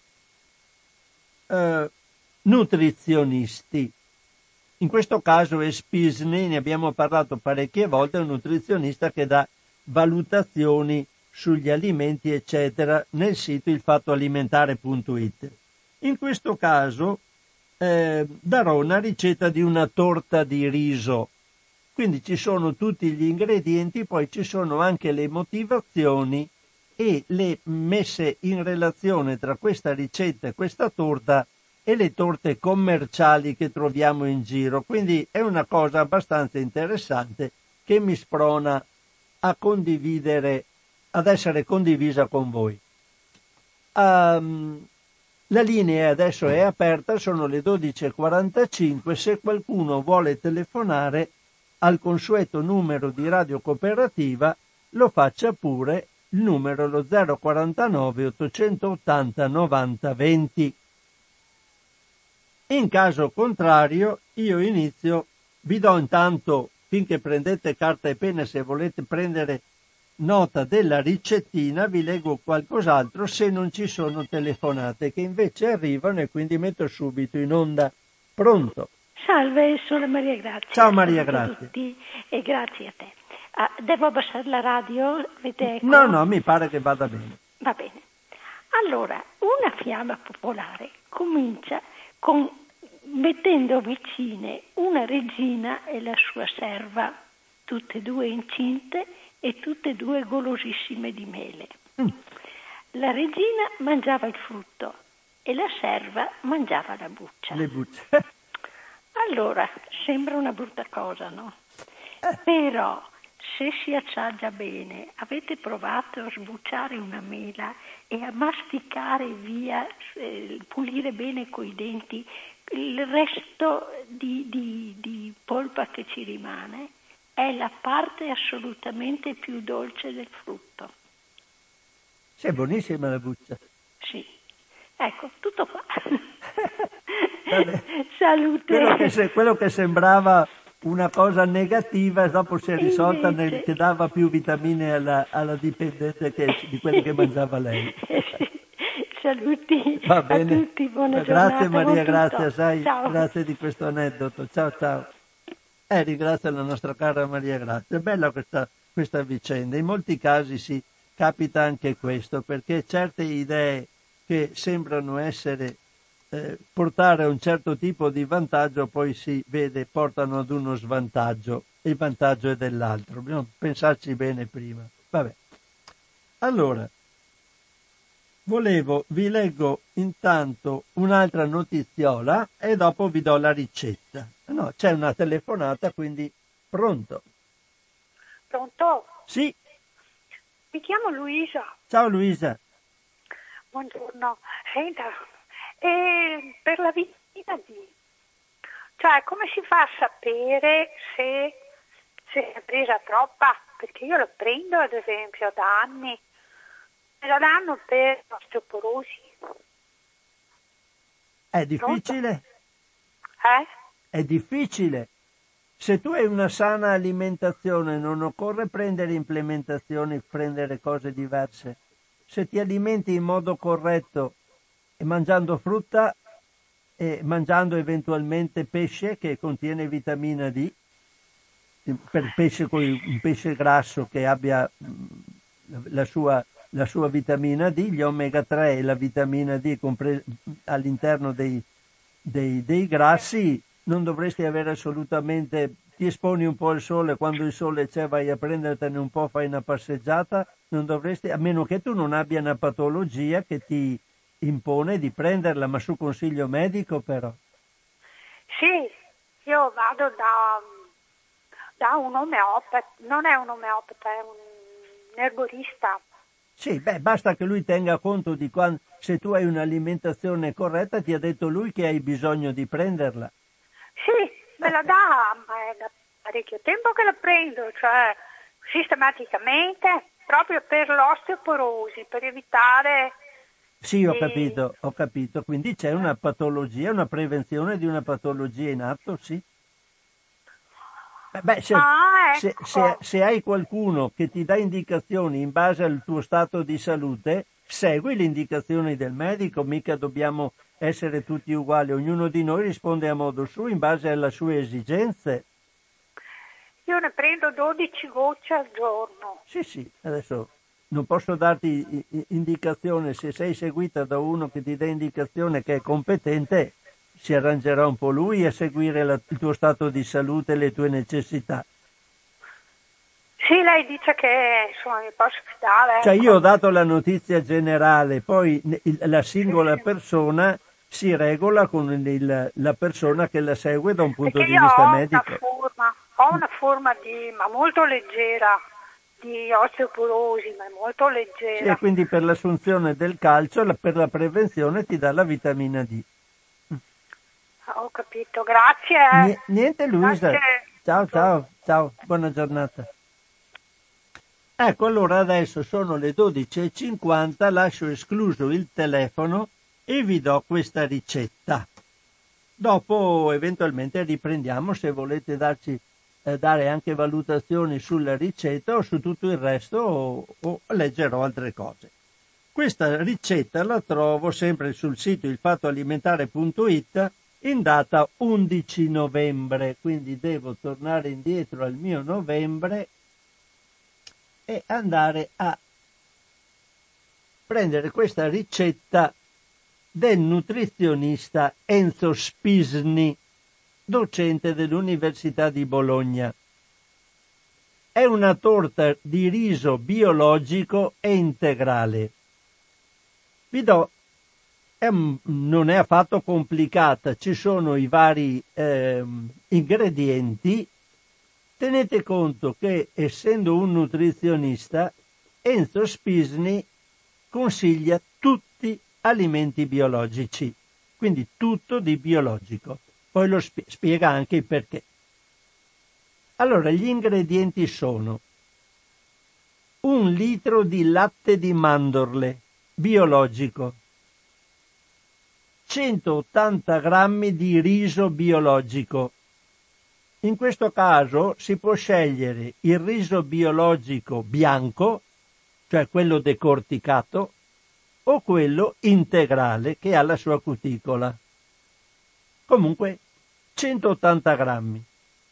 eh, nutrizionisti. In questo caso è Spisny, ne abbiamo parlato parecchie volte, è un nutrizionista che dà valutazioni sugli alimenti, eccetera, nel sito ilfattoalimentare punto it. In questo caso Eh, darò una ricetta di una torta di riso, quindi ci sono tutti gli ingredienti, poi ci sono anche le motivazioni e le messe in relazione tra questa ricetta e questa torta e le torte commerciali che troviamo in giro, quindi è una cosa abbastanza interessante che mi sprona a condividere, ad essere condivisa con voi. Um, La linea adesso è aperta, sono le dodici e quarantacinque, se qualcuno vuole telefonare al consueto numero di Radio Cooperativa lo faccia pure, il numero è lo zero quarantanove ottocentottanta novanta venti. In caso contrario io inizio, vi do intanto, finché prendete carta e penna se volete prendere nota della ricettina, vi leggo qualcos'altro se non ci sono telefonate che invece arrivano e quindi metto subito in onda. Pronto? Salve, sono Maria Grazia. Ciao Maria Saluto Grazia. tutti e grazie a te. Ah, devo abbassare la radio? Avete eco? No, no, mi pare che vada bene. Va bene. Allora, una fiaba popolare comincia con mettendo vicine una regina e la sua serva, tutte e due incinte e tutte e due golosissime di mele. Mm. La regina mangiava il frutto e la serva mangiava la buccia. Le bucce. Allora, sembra una brutta cosa, no? Eh. Però, se si assaggia bene, avete provato a sbucciare una mela e a masticare via, eh, pulire bene coi denti il resto di, di, di polpa che ci rimane? È la parte assolutamente più dolce del frutto. Sì, è buonissima la buccia. Sì. Ecco, tutto qua. Salute. Quello che, se, quello che sembrava una cosa negativa dopo si è risolta Invece... nel, che dava più vitamine alla, alla dipendente che, di quelle che mangiava lei. Saluti Va a bene. tutti, buona Grazie giornata. Maria, buon tutto. grazie, sai, Ciao. grazie di questo aneddoto. Ciao ciao. Eh, ringrazio la nostra cara Maria Grazia. È bella questa, questa vicenda. In molti casi si capita anche questo, perché certe idee che sembrano essere eh, portare a un certo tipo di vantaggio, poi si vede portano ad uno svantaggio. Il vantaggio è dell'altro. Bisogna pensarci bene prima. Vabbè. Allora, volevo, vi leggo intanto un'altra notiziola e dopo vi do la ricetta. No, c'è una telefonata, quindi pronto. Pronto? Sì, Mi chiamo Luisa. ciao Luisa. Buongiorno. Senta, e per la vitamina D, cioè come si fa a sapere se se è presa troppa? Perché io la prendo ad esempio da anni, me la danno per l'osteoporosi. È difficile? Eh? È difficile. Se tu hai una sana alimentazione non occorre prendere implementazioni, prendere cose diverse. Se ti alimenti in modo corretto e mangiando frutta e mangiando eventualmente pesce che contiene vitamina D, per pesce, un pesce grasso che abbia la sua, la sua vitamina D, gli omega tre e la vitamina D compre- all'interno dei, dei, dei grassi, non dovresti avere assolutamente, ti esponi un po' al sole, quando il sole c'è vai a prendertene un po', fai una passeggiata, non dovresti, a meno che tu non abbia una patologia che ti impone di prenderla, ma su consiglio medico però. Sì, io vado da, da un omeopata, non è un omeopata, è un erborista. Sì, beh, basta che lui tenga conto di quando, se tu hai un'alimentazione corretta, ti ha detto lui che hai bisogno di prenderla. Sì, me la dà, ma è da parecchio tempo che la prendo, cioè sistematicamente, proprio per l'osteoporosi, per evitare... Sì, ho di... capito, ho capito. Quindi c'è una patologia, una prevenzione di una patologia in atto, sì. Beh, se, Ah, se, ecco. se, se hai qualcuno che ti dà indicazioni in base al tuo stato di salute, segui le indicazioni del medico, mica dobbiamo essere tutti uguali, ognuno di noi risponde a modo suo in base alle sue esigenze. Io ne prendo dodici gocce al giorno. Sì, sì, adesso non posso darti indicazione, se sei seguita da uno che ti dà indicazione che è competente, si arrangerà un po' lui a seguire la, il tuo stato di salute e le tue necessità. Sì, lei dice che insomma mi posso fidare. Cioè ecco. io ho dato la notizia generale, poi la singola sì, sì. persona si regola con il, la persona che la segue da un punto Perché di io vista ho medico. una forma, ho una forma di, ma molto leggera, di osteoporosi, ma molto Sì, leggera. e quindi per l'assunzione del calcio, la, per la prevenzione ti dà la vitamina D. Ho capito, grazie. Niente Luisa, Grazie. ciao ciao, ciao, buona giornata. Ecco, allora adesso sono le dodici e cinquanta, lascio escluso il telefono e vi do questa ricetta. Dopo eventualmente riprendiamo se volete darci, eh, dare anche valutazioni sulla ricetta o su tutto il resto o, o leggerò altre cose. Questa ricetta la trovo sempre sul sito ilfattoalimentare punto it in data undici novembre, quindi devo tornare indietro al mio novembre e andare a prendere questa ricetta del nutrizionista Enzo Spisni, docente dell'Università di Bologna. È una torta di riso biologico e integrale. Vi do, è, non è affatto complicata, ci sono i vari eh, ingredienti. Tenete conto che, essendo un nutrizionista, Enzo Spisni consiglia tutti alimenti biologici, quindi tutto di biologico. Poi lo spie- spiega anche il perché. Allora, gli ingredienti sono un litro di latte di mandorle biologico, centottanta grammi di riso biologico. In questo caso si può scegliere il riso biologico bianco, cioè quello decorticato, o quello integrale che ha la sua cuticola. Comunque centottanta grammi.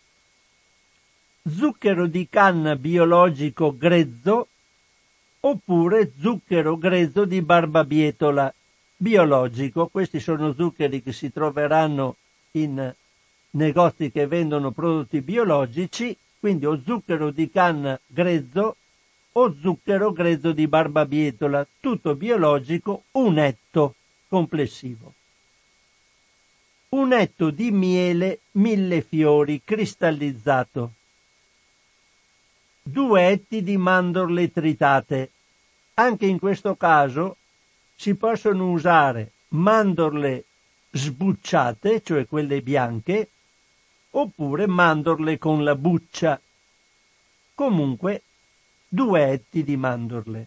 Zucchero di canna biologico grezzo oppure zucchero grezzo di barbabietola biologico. Questi sono zuccheri che si troveranno in negozi che vendono prodotti biologici, quindi o zucchero di canna grezzo o zucchero grezzo di barbabietola, tutto biologico, un etto complessivo. Un etto di miele millefiori cristallizzato. Due etti di mandorle tritate. Anche in questo caso si possono usare mandorle sbucciate, cioè quelle bianche, oppure mandorle con la buccia. Comunque due etti di mandorle.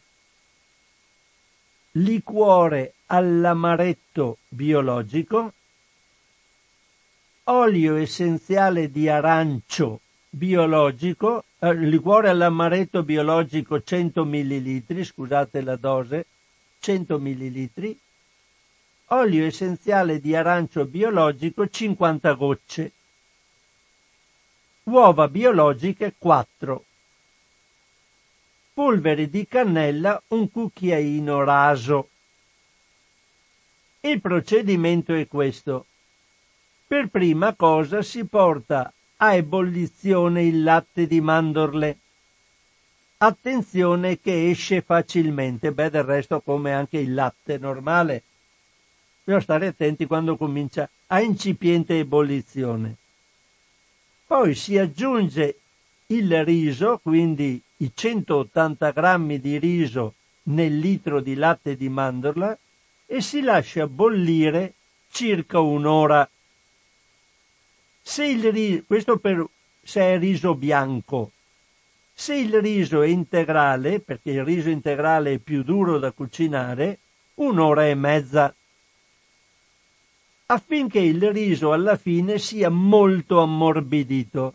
Liquore all'amaretto biologico, olio essenziale di arancio biologico, eh, liquore all'amaretto biologico cento millilitri, scusate la dose, cento millilitri, olio essenziale di arancio biologico cinquanta gocce, uova biologiche quattro, polvere di cannella un cucchiaino raso. Il procedimento è questo. Per prima cosa si porta a ebollizione il latte di mandorle. Attenzione che esce facilmente, beh del resto come anche il latte normale. Bisogna stare attenti quando comincia a incipiente ebollizione. Poi si aggiunge il riso, quindi i centottanta grammi di riso nel litro di latte di mandorla, e si lascia bollire circa un'ora. Se il riso, questo per se è riso bianco. Se il riso è integrale, perché il riso integrale è più duro da cucinare, un'ora e mezza, affinché il riso alla fine sia molto ammorbidito.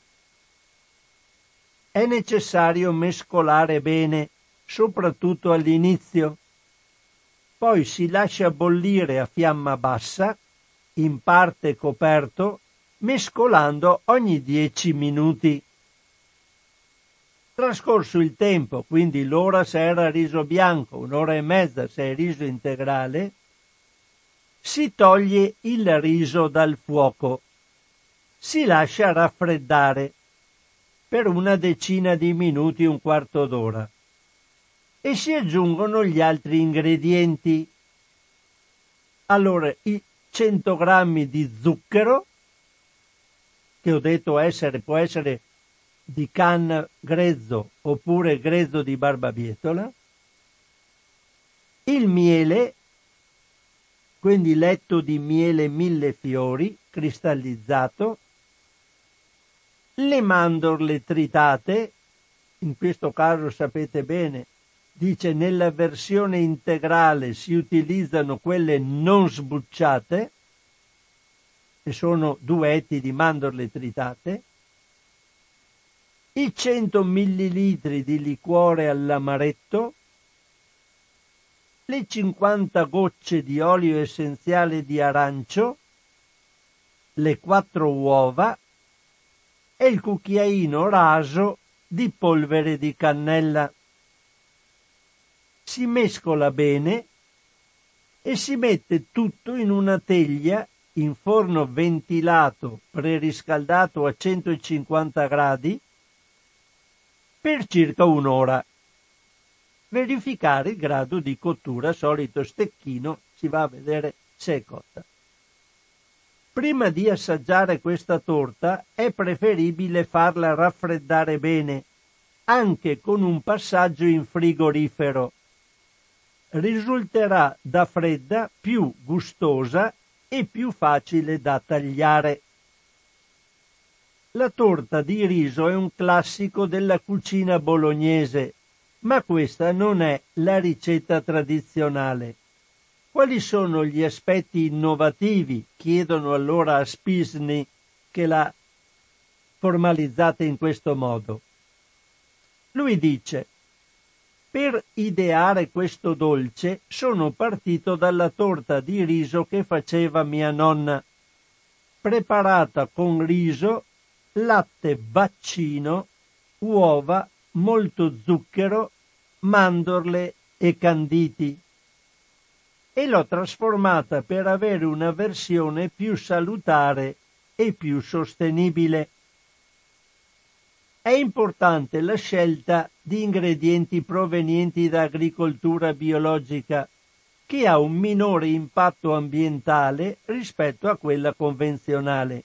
È necessario mescolare bene, soprattutto all'inizio. Poi si lascia bollire a fiamma bassa, in parte coperto, mescolando ogni dieci minuti. Trascorso il tempo, quindi l'ora se era riso bianco, un'ora e mezza se è riso integrale, si toglie il riso dal fuoco, si lascia raffreddare per una decina di minuti, un quarto d'ora, e si aggiungono gli altri ingredienti. Allora, i cento grammi di zucchero, che ho detto essere, può essere di canna grezzo oppure grezzo di barbabietola, il miele, quindi letto di miele millefiori cristallizzato, le mandorle tritate, in questo caso sapete bene, dice nella versione integrale si utilizzano quelle non sbucciate, che sono due etti di mandorle tritate, i cento millilitri di liquore all'amaretto, le cinquanta gocce di olio essenziale di arancio, le quattro uova e il cucchiaino raso di polvere di cannella. Si mescola bene e si mette tutto in una teglia in forno ventilato preriscaldato a centocinquanta gradi per circa un'ora. Verificare il grado di cottura, solito stecchino, si va a vedere se è cotta. Prima di assaggiare questa torta è preferibile farla raffreddare bene, anche con un passaggio in frigorifero. Risulterà da fredda più gustosa e più facile da tagliare. La torta di riso è un classico della cucina bolognese, ma questa non è la ricetta tradizionale. Quali sono gli aspetti innovativi? Chiedono allora a Spisny, che l'ha formalizzata in questo modo. Lui dice: Per ideare questo dolce sono partito dalla torta di riso che faceva mia nonna, preparata con riso, latte vaccino, uova, molto zucchero, mandorle e canditi, e l'ho trasformata per avere una versione più salutare e più sostenibile. È importante la scelta di ingredienti provenienti da agricoltura biologica, che ha un minore impatto ambientale rispetto a quella convenzionale.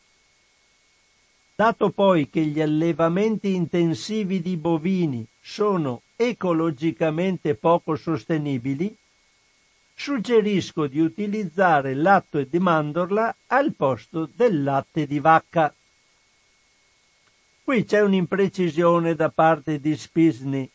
Dato poi che gli allevamenti intensivi di bovini sono ecologicamente poco sostenibili, suggerisco di utilizzare latte di mandorla al posto del latte di vacca. Qui c'è un'imprecisione da parte di Spisny.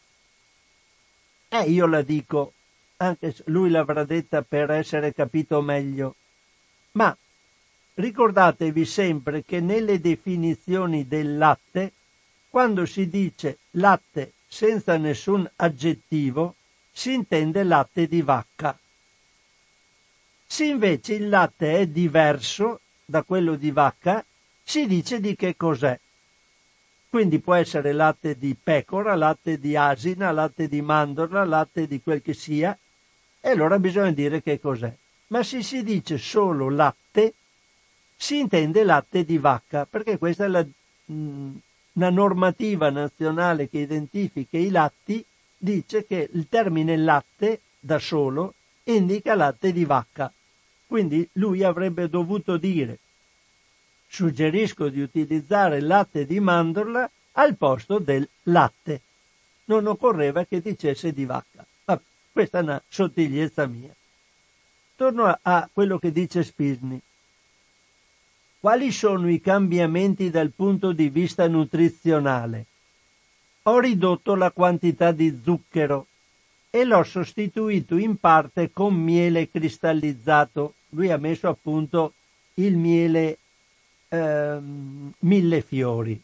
Eh, io la dico, anche se lui l'avrà detta per essere capito meglio. Ma ricordatevi sempre che nelle definizioni del latte, quando si dice latte senza nessun aggettivo, si intende latte di vacca. Se invece il latte è diverso da quello di vacca, si dice di che cos'è. Quindi può essere latte di pecora, latte di asina, latte di mandorla, latte di quel che sia, e allora bisogna dire che cos'è. Ma se si dice solo latte, si intende latte di vacca, perché questa è la, mh, una normativa nazionale che identifica i latti, dice che il termine latte da solo indica latte di vacca. Quindi lui avrebbe dovuto dire: suggerisco di utilizzare latte di mandorla al posto del latte. Non occorreva che dicesse di vacca. Ma questa è una sottigliezza mia. Torno a, a quello che dice Spisny. Quali sono i cambiamenti dal punto di vista nutrizionale? Ho ridotto la quantità di zucchero e l'ho sostituito in parte con miele cristallizzato. Lui ha messo appunto il miele ehm, millefiori.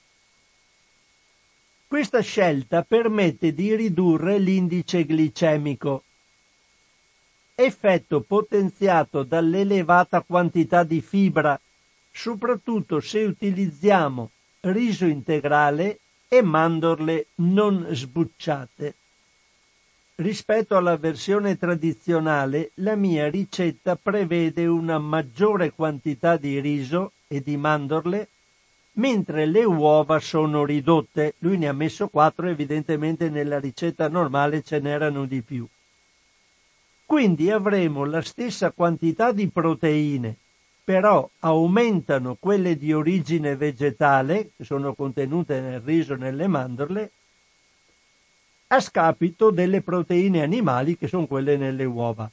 Questa scelta permette di ridurre l'indice glicemico, effetto potenziato dall'elevata quantità di fibra, soprattutto se utilizziamo riso integrale e mandorle non sbucciate. Rispetto alla versione tradizionale, la mia ricetta prevede una maggiore quantità di riso e di mandorle, mentre le uova sono ridotte. Lui ne ha messo quattro, evidentemente nella ricetta normale ce n'erano di più. Quindi avremo la stessa quantità di proteine, però aumentano quelle di origine vegetale, che sono contenute nel riso e nelle mandorle, a scapito delle proteine animali, che sono quelle nelle uova.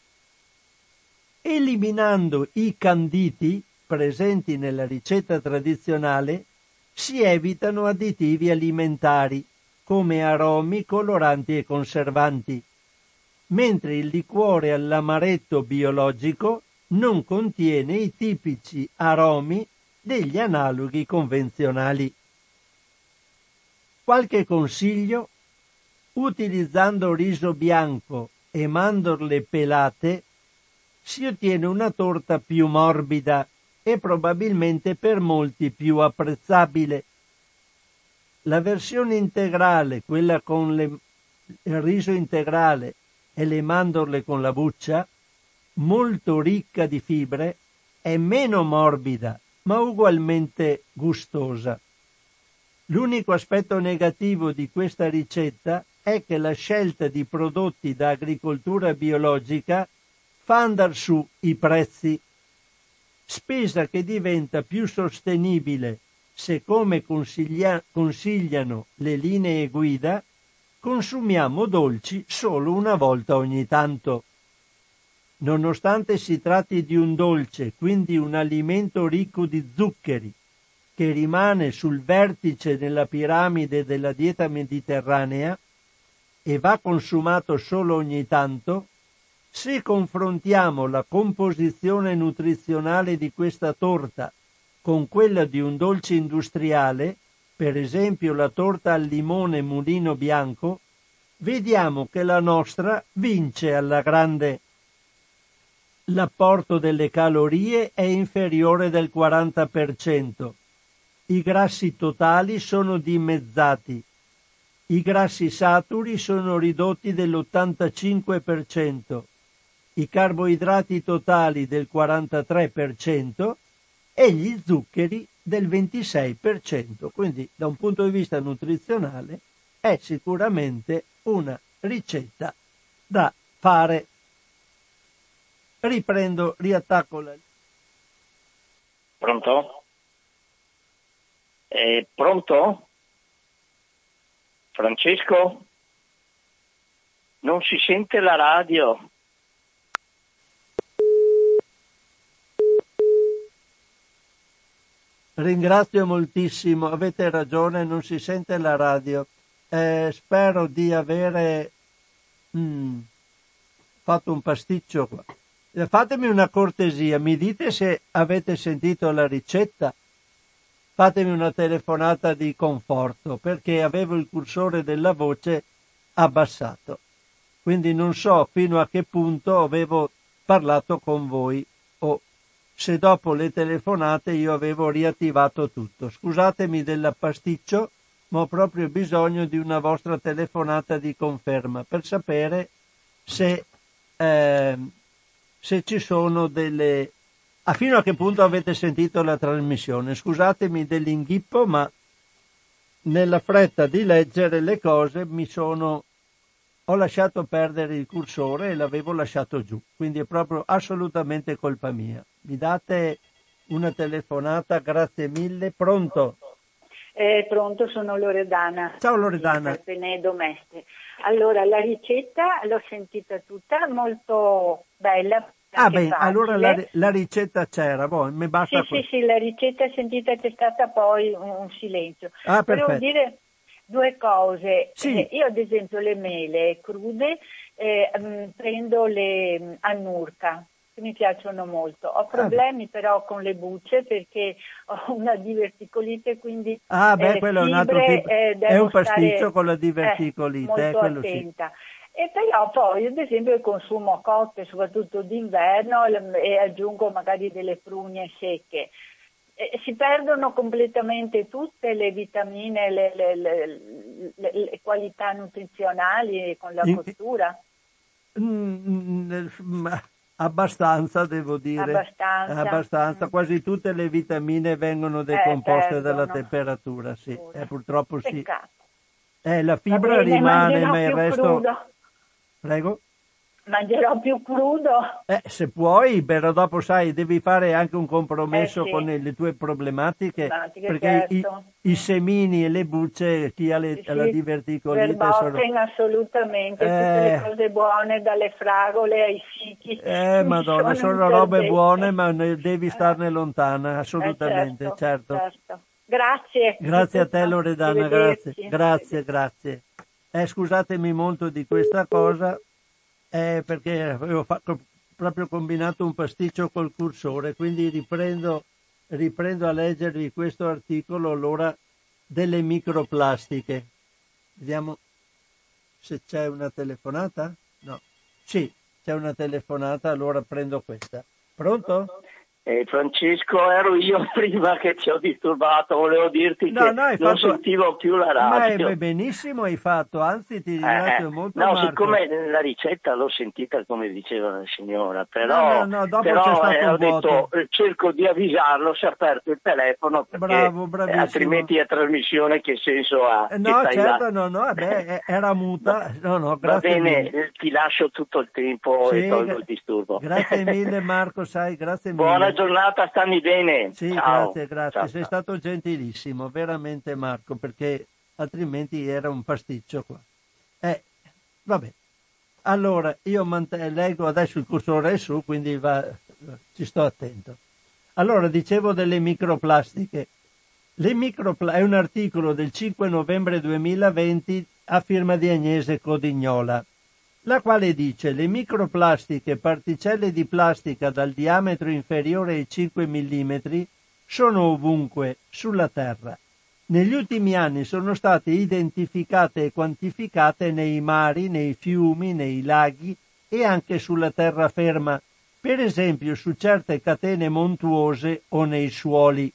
Eliminando i canditi presenti nella ricetta tradizionale, si evitano additivi alimentari, come aromi, coloranti e conservanti, mentre il liquore all'amaretto biologico non contiene i tipici aromi degli analoghi convenzionali. Qualche consiglio? Utilizzando riso bianco e mandorle pelate si ottiene una torta più morbida e probabilmente per molti più apprezzabile. La versione integrale, quella con le, il riso integrale e le mandorle con la buccia, molto ricca di fibre, è meno morbida ma ugualmente gustosa. L'unico aspetto negativo di questa ricetta è che la scelta di prodotti da agricoltura biologica fa andar su i prezzi, spesa che diventa più sostenibile se, come consiglia- consigliano le linee guida, consumiamo dolci solo una volta ogni tanto. Nonostante si tratti di un dolce, quindi un alimento ricco di zuccheri, che rimane sul vertice della piramide della dieta mediterranea e va consumato solo ogni tanto, se confrontiamo la composizione nutrizionale di questa torta con quella di un dolce industriale, per esempio la torta al limone Mulino Bianco, vediamo che la nostra vince alla grande. L'apporto delle calorie è inferiore del quaranta per cento. I grassi totali sono dimezzati. I grassi saturi sono ridotti dell'ottantacinque per cento. I carboidrati totali del quarantatré per cento e gli zuccheri del ventisei per cento. Quindi da un punto di vista nutrizionale è sicuramente una ricetta da fare. Riprendo, riattacco la... Pronto? Eh, pronto? Francesco? Non si sente la radio. Ringrazio moltissimo, avete ragione, non si sente la radio. Eh, spero di avere mm, fatto un pasticcio qua. Fatemi una cortesia, mi dite se avete sentito la ricetta, fatemi una telefonata di conforto, perché avevo il cursore della voce abbassato, quindi non so fino a che punto avevo parlato con voi o se dopo le telefonate io avevo riattivato tutto. Scusatemi del pasticcio, ma ho proprio bisogno di una vostra telefonata di conferma per sapere se... Eh, se ci sono delle... Ah, fino a che punto avete sentito la trasmissione? Scusatemi dell'inghippo, ma nella fretta di leggere le cose mi sono... ho lasciato perdere il cursore e l'avevo lasciato giù, quindi è proprio assolutamente colpa mia. Mi date una telefonata? Grazie mille. Pronto? Eh, pronto, sono Loredana. Ciao Loredana. Penedo Mestre. Allora, la ricetta l'ho sentita tutta, molto bella. Ah beh, allora la, la ricetta c'era, boh, mi basta Sì, sì, sì, la ricetta sentita c'è stata poi un, un silenzio. Ah, Volevo dire due cose. Sì. Eh, io ad esempio le mele crude eh, mh, prendo le mh, annurca, che mi piacciono molto. Ho problemi ah. però con le bucce perché ho una diverticolite, quindi ah, beh, eh, quello è un altro tipo, eh, è un pasticcio stare, con la diverticolite, eh, molto quello attenta. Sì. E però poi ad esempio consumo cotte, soprattutto d'inverno, e aggiungo magari delle prugne secche. E si perdono completamente tutte le vitamine, le, le, le, le, le qualità nutrizionali con la In... cottura? Mm, abbastanza, devo dire. Abbastanza. Abbastanza. Mm. Quasi tutte le vitamine vengono decomposte eh, dalla temperatura, sì. Eh, purtroppo sì. Peccato. Eh, la fibra bene, rimane, ma il resto... Crudo. Prego? Mangerò più crudo. Eh, se puoi, però dopo sai, devi fare anche un compromesso eh, sì. con le tue problematiche, Problematiche, perché certo. i, i semini e le bucce, chi ha le, sì, la diverticolite sono... assolutamente, eh, tutte le cose buone, dalle fragole ai fichi. Eh, madonna, sono, sono robe buone, ma ne devi starne lontana, assolutamente, eh, certo, certo. certo. Grazie. Grazie a te Loredana, grazie, grazie, grazie. Eh, scusatemi molto di questa cosa, eh, perché avevo fatto, proprio combinato un pasticcio col cursore, quindi riprendo, riprendo a leggervi questo articolo, allora, delle microplastiche. Vediamo se c'è una telefonata. No, sì, c'è una telefonata, allora prendo questa. Pronto? Eh, Francesco, ero io prima che ti ho disturbato, volevo dirti no, che no, hai non fatto... sentivo più la radio. Ma benissimo hai fatto, anzi ti ringrazio eh, molto no, Marco. siccome la ricetta l'ho sentita come diceva la signora, però, no, no, no, dopo però c'è stato eh, un ho vuoto. detto cerco di avvisarlo, si è aperto il telefono perché bravo, bravissimo. altrimenti la trasmissione che senso ha? Eh, no, che certo, là? no, no, beh, era muta. No, no, Va grazie bene, mille. ti lascio tutto il tempo sì, e tolgo il disturbo. Grazie mille Marco, sai, grazie mille. Buona giornata, stammi bene. Sì, ciao. grazie, grazie. Ciao, Sei ciao. stato gentilissimo, veramente Marco, perché altrimenti era un pasticcio qua. Eh, vabbè. Allora, io mant- leggo adesso il cursore è su, quindi va, ci sto attento. Allora, dicevo delle microplastiche. Le micropla- è un articolo del cinque novembre duemilaventi a firma di Agnese Codignola, la quale dice: le microplastiche, particelle di plastica dal diametro inferiore ai cinque millimetri, sono ovunque sulla Terra. Negli ultimi anni sono state identificate e quantificate nei mari, nei fiumi, nei laghi e anche sulla terraferma, per esempio su certe catene montuose o nei suoli.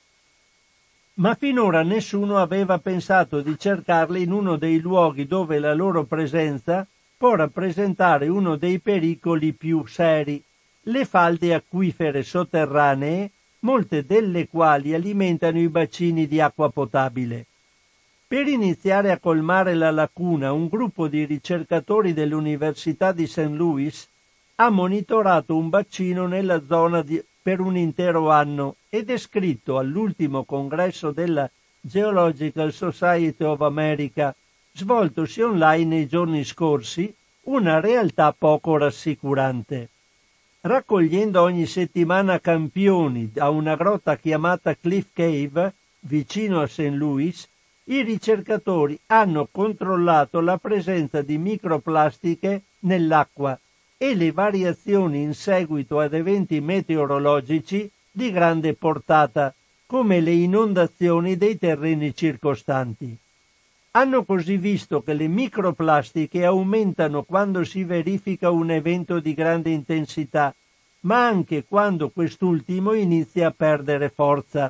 Ma finora nessuno aveva pensato di cercarle in uno dei luoghi dove la loro presenza può rappresentare uno dei pericoli più seri, le falde acquifere sotterranee, molte delle quali alimentano i bacini di acqua potabile. Per iniziare a colmare la lacuna, un gruppo di ricercatori dell'Università di Saint Louis ha monitorato un bacino nella zona di, per un intero anno e descritto all'ultimo congresso della Geological Society of America, svoltosi online nei giorni scorsi, una realtà poco rassicurante. Raccogliendo ogni settimana campioni da una grotta chiamata Cliff Cave, vicino a Saint Louis, i ricercatori hanno controllato la presenza di microplastiche nell'acqua e le variazioni in seguito ad eventi meteorologici di grande portata, come le inondazioni dei terreni circostanti. Hanno così visto che le microplastiche aumentano quando si verifica un evento di grande intensità, ma anche quando quest'ultimo inizia a perdere forza.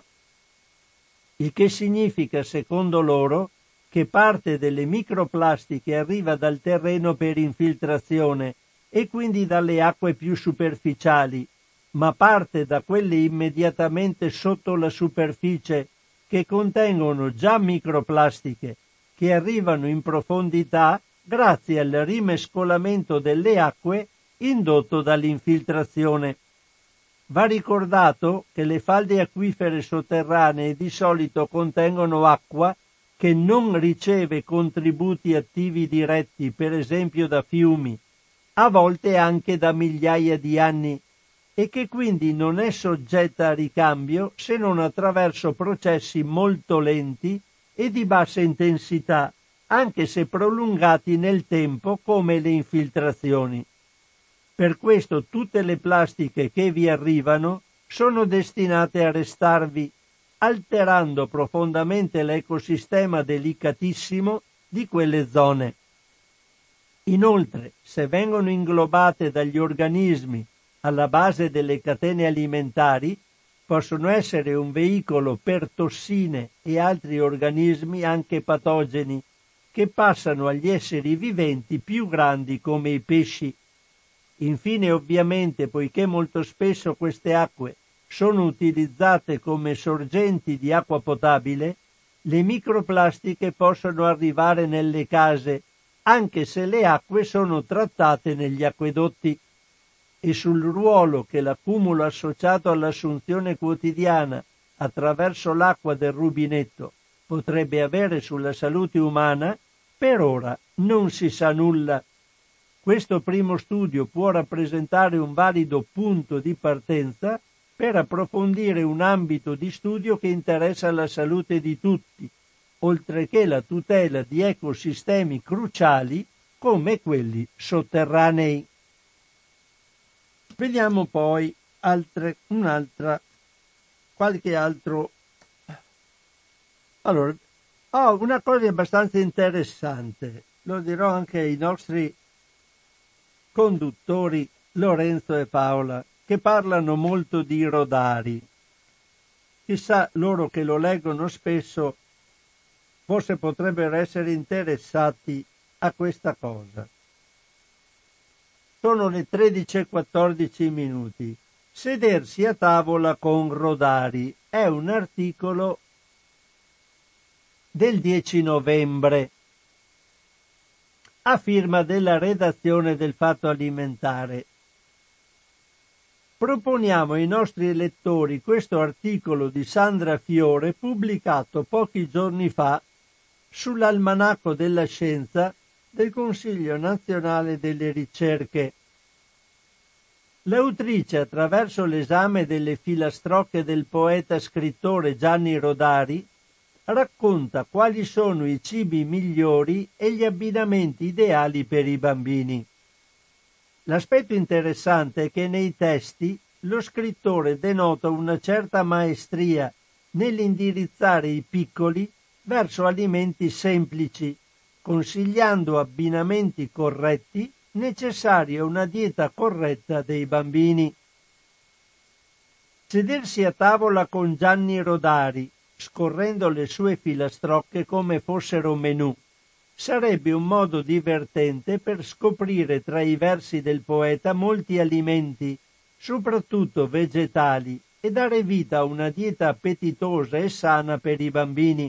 Il che significa, secondo loro, che parte delle microplastiche arriva dal terreno per infiltrazione e quindi dalle acque più superficiali, ma parte da quelle immediatamente sotto la superficie che contengono già microplastiche che arrivano in profondità grazie al rimescolamento delle acque indotto dall'infiltrazione. Va ricordato che le falde acquifere sotterranee di solito contengono acqua che non riceve contributi attivi diretti, per esempio da fiumi, a volte anche da migliaia di anni, e che quindi non è soggetta a ricambio se non attraverso processi molto lenti e di bassa intensità, anche se prolungati nel tempo come le infiltrazioni. Per questo tutte le plastiche che vi arrivano sono destinate a restarvi, alterando profondamente l'ecosistema delicatissimo di quelle zone. Inoltre, se vengono inglobate dagli organismi alla base delle catene alimentari, possono essere un veicolo per tossine e altri organismi anche patogeni che passano agli esseri viventi più grandi come i pesci. Infine, ovviamente, poiché molto spesso queste acque sono utilizzate come sorgenti di acqua potabile, le microplastiche possono arrivare nelle case, anche se le acque sono trattate negli acquedotti. E sul ruolo che l'accumulo associato all'assunzione quotidiana attraverso l'acqua del rubinetto potrebbe avere sulla salute umana, per ora non si sa nulla. Questo primo studio può rappresentare un valido punto di partenza per approfondire un ambito di studio che interessa la salute di tutti, oltre che la tutela di ecosistemi cruciali come quelli sotterranei. Vediamo poi altre, un'altra, qualche altro. Allora, ho una cosa abbastanza interessante, lo dirò anche ai nostri conduttori Lorenzo e Paola, che parlano molto di Rodari. Chissà, loro che lo leggono spesso, forse potrebbero essere interessati a questa cosa. Sono le tredici e quattordici minuti. Sedersi a tavola con Rodari è un articolo del dieci novembre a firma della redazione del Fatto Alimentare. Proponiamo ai nostri lettori questo articolo di Sandra Fiore pubblicato pochi giorni fa sull'Almanacco della Scienza del Consiglio Nazionale delle Ricerche. L'autrice, attraverso l'esame delle filastrocche del poeta scrittore Gianni Rodari, racconta quali sono i cibi migliori e gli abbinamenti ideali per i bambini. L'aspetto interessante è che nei testi lo scrittore denota una certa maestria nell'indirizzare i piccoli verso alimenti semplici, consigliando abbinamenti corretti necessari a una dieta corretta dei bambini. Sedersi a tavola con Gianni Rodari, scorrendo le sue filastrocche come fossero menù, sarebbe un modo divertente per scoprire tra i versi del poeta molti alimenti, soprattutto vegetali, e dare vita a una dieta appetitosa e sana per i bambini.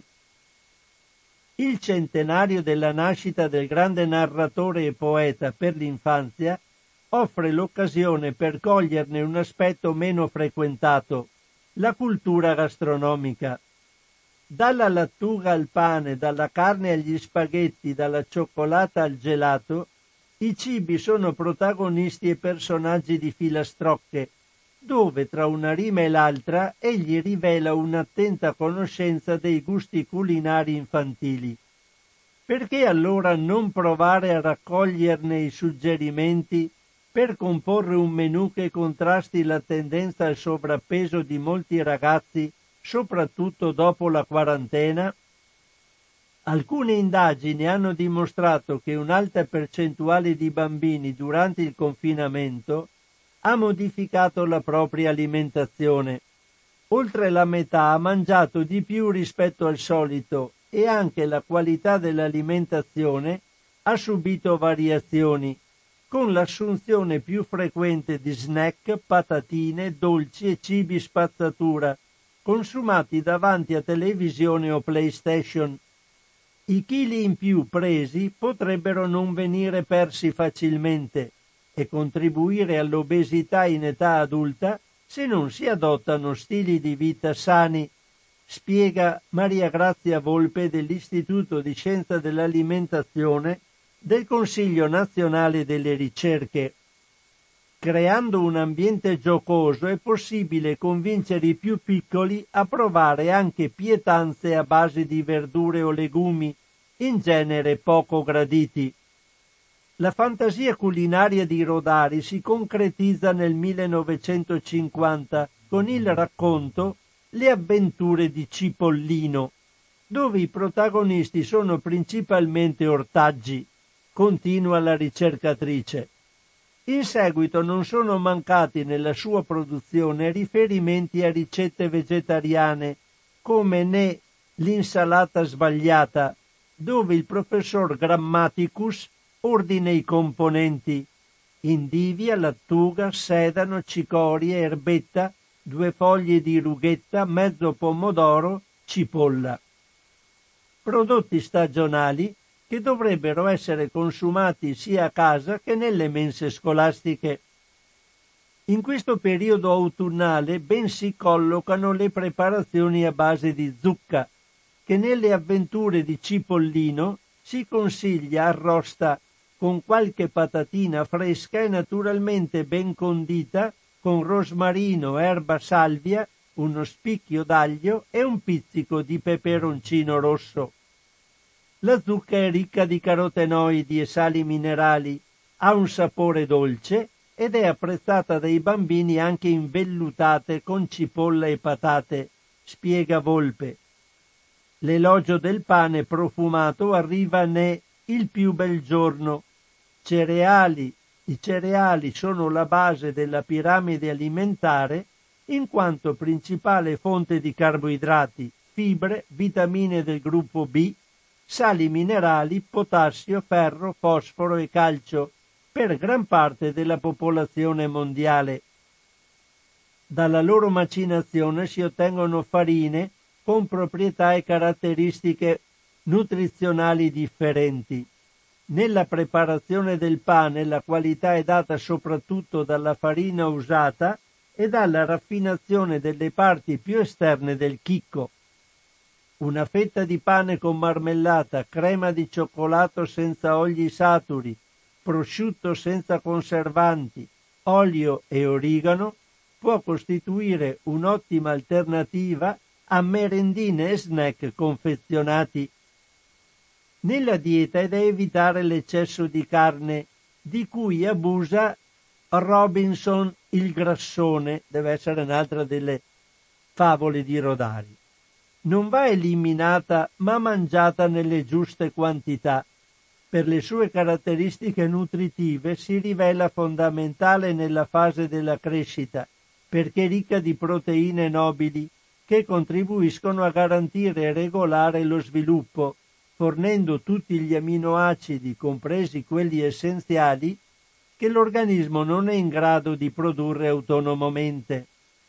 Il centenario della nascita del grande narratore e poeta per l'infanzia offre l'occasione per coglierne un aspetto meno frequentato, la cultura gastronomica. Dalla lattuga al pane, dalla carne agli spaghetti, dalla cioccolata al gelato, i cibi sono protagonisti e personaggi di filastrocche, dove tra una rima e l'altra egli rivela un'attenta conoscenza dei gusti culinari infantili. Perché allora non provare a raccoglierne i suggerimenti per comporre un menù che contrasti la tendenza al sovrappeso di molti ragazzi, soprattutto dopo la quarantena? Alcune indagini hanno dimostrato che un'alta percentuale di bambini durante il confinamento ha modificato la propria alimentazione. Oltre la metà ha mangiato di più rispetto al solito e anche la qualità dell'alimentazione ha subito variazioni, con l'assunzione più frequente di snack, patatine, dolci e cibi spazzatura, consumati davanti a televisione o PlayStation. I chili in più presi potrebbero non venire persi facilmente e contribuire all'obesità in età adulta se non si adottano stili di vita sani, spiega Maria Grazia Volpe dell'Istituto di Scienza dell'Alimentazione del Consiglio Nazionale delle Ricerche. Creando un ambiente giocoso è possibile convincere i più piccoli a provare anche pietanze a base di verdure o legumi, in genere poco graditi. La fantasia culinaria di Rodari si concretizza nel millenovecentocinquanta con il racconto Le avventure di Cipollino, dove i protagonisti sono principalmente ortaggi, continua la ricercatrice. In seguito non sono mancati nella sua produzione riferimenti a ricette vegetariane, come ne L'insalata sbagliata, dove il professor Grammaticus ordina i componenti: indivia, lattuga, sedano, cicoria, erbetta, due foglie di rughetta, mezzo pomodoro, cipolla. Prodotti stagionali che dovrebbero essere consumati sia a casa che nelle mense scolastiche. In questo periodo autunnale ben si collocano le preparazioni a base di zucca, che nelle avventure di Cipollino si consiglia arrosta con qualche patatina fresca e naturalmente ben condita con rosmarino, erba salvia, uno spicchio d'aglio e un pizzico di peperoncino rosso. La zucca è ricca di carotenoidi e sali minerali, ha un sapore dolce ed è apprezzata dai bambini anche in vellutate con cipolla e patate, spiega Volpe. L'elogio del pane profumato arriva ne Il più bel giorno. Cereali, i cereali sono la base della piramide alimentare in quanto principale fonte di carboidrati, fibre, vitamine del gruppo B, sali minerali, potassio, ferro, fosforo e calcio per gran parte della popolazione mondiale. Dalla loro macinazione si ottengono farine con proprietà e caratteristiche nutrizionali differenti. Nella preparazione del pane la qualità è data soprattutto dalla farina usata e dalla raffinazione delle parti più esterne del chicco. Una fetta di pane con marmellata, crema di cioccolato senza olii saturi, prosciutto senza conservanti, olio e origano può costituire un'ottima alternativa a merendine e snack confezionati. Nella dieta è da evitare l'eccesso di carne, di cui abusa Robinson il grassone, deve essere un'altra delle favole di Rodari. non va eliminata ma mangiata nelle giuste quantità. Per le sue caratteristiche nutritive si rivela fondamentale nella fase della crescita, perché è ricca di proteine nobili che contribuiscono a garantire e regolare lo sviluppo, fornendo tutti gli aminoacidi, compresi quelli essenziali, che l'organismo non è in grado di produrre autonomamente.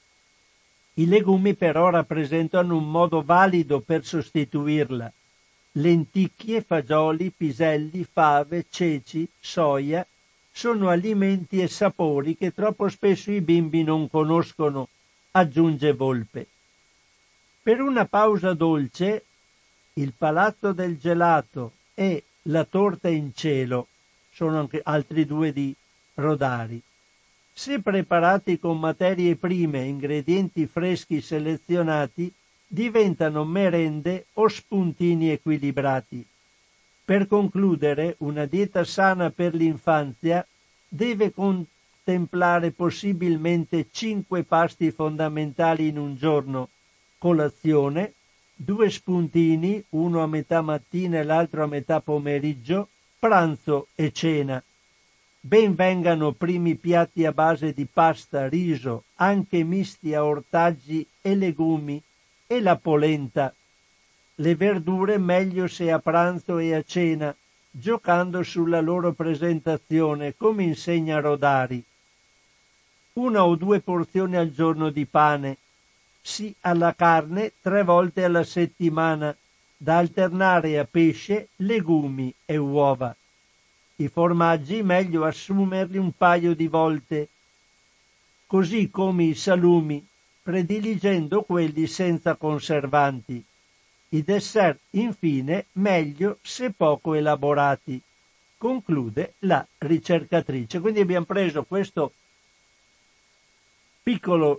I legumi però rappresentano un modo valido per sostituirla. Lenticchie, fagioli, piselli, fave, ceci, soia sono alimenti e sapori che troppo spesso i bimbi non conoscono, aggiunge Volpe. Per una pausa dolce, il Palazzo del Gelato e la Torta in Cielo sono anche altri due di Rodari. Se preparati con materie prime e ingredienti freschi selezionati, diventano merende o spuntini equilibrati. Per concludere, una dieta sana per l'infanzia deve contemplare possibilmente cinque pasti fondamentali in un giorno: colazione, due spuntini, uno a metà mattina e l'altro a metà pomeriggio, pranzo e cena. Ben vengano primi piatti a base di pasta, riso, anche misti a ortaggi e legumi, e la polenta. Le verdure meglio se a pranzo e a cena, giocando sulla loro presentazione, come insegna Rodari. Una o due porzioni al giorno di pane, sì alla carne tre volte alla settimana, da alternare a pesce, legumi e uova. I formaggi meglio assumerli un paio di volte, così come i salumi, prediligendo quelli senza conservanti. I dessert, infine, meglio se poco elaborati, conclude la ricercatrice. Quindi abbiamo preso questo piccolo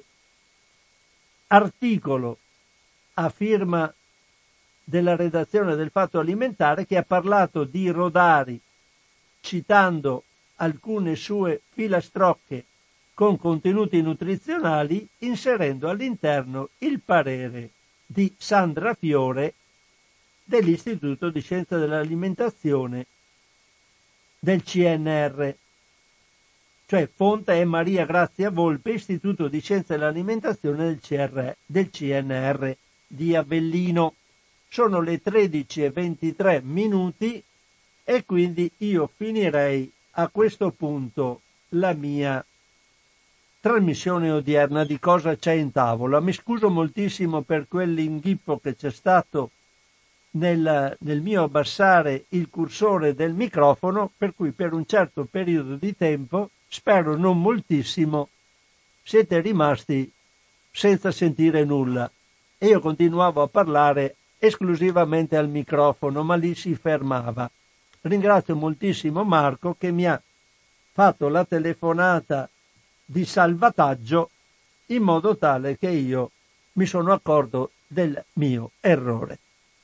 articolo a firma della redazione del Fatto Alimentare, che ha parlato di Rodari citando alcune sue filastrocche con contenuti nutrizionali, inserendo all'interno il parere di Sandra Fiore dell'Istituto di Scienza dell'Alimentazione del C N R. Cioè fonte è Maria Grazia Volpe, Istituto di Scienza dell'Alimentazione del, C R, del C N R di Avellino. Sono le tredici e ventitré minuti e quindi io finirei a questo punto la mia trasmissione odierna di Cosa c'è in tavola. Mi scuso moltissimo per quell'inghippo che c'è stato nel, nel mio abbassare il cursore del microfono, per cui per un certo periodo di tempo, spero non moltissimo, siete rimasti senza sentire nulla. E io continuavo a parlare esclusivamente al microfono, ma lì si fermava. Ringrazio moltissimo Marco che mi ha fatto la telefonata di salvataggio in modo tale che io mi sono accorto del mio errore.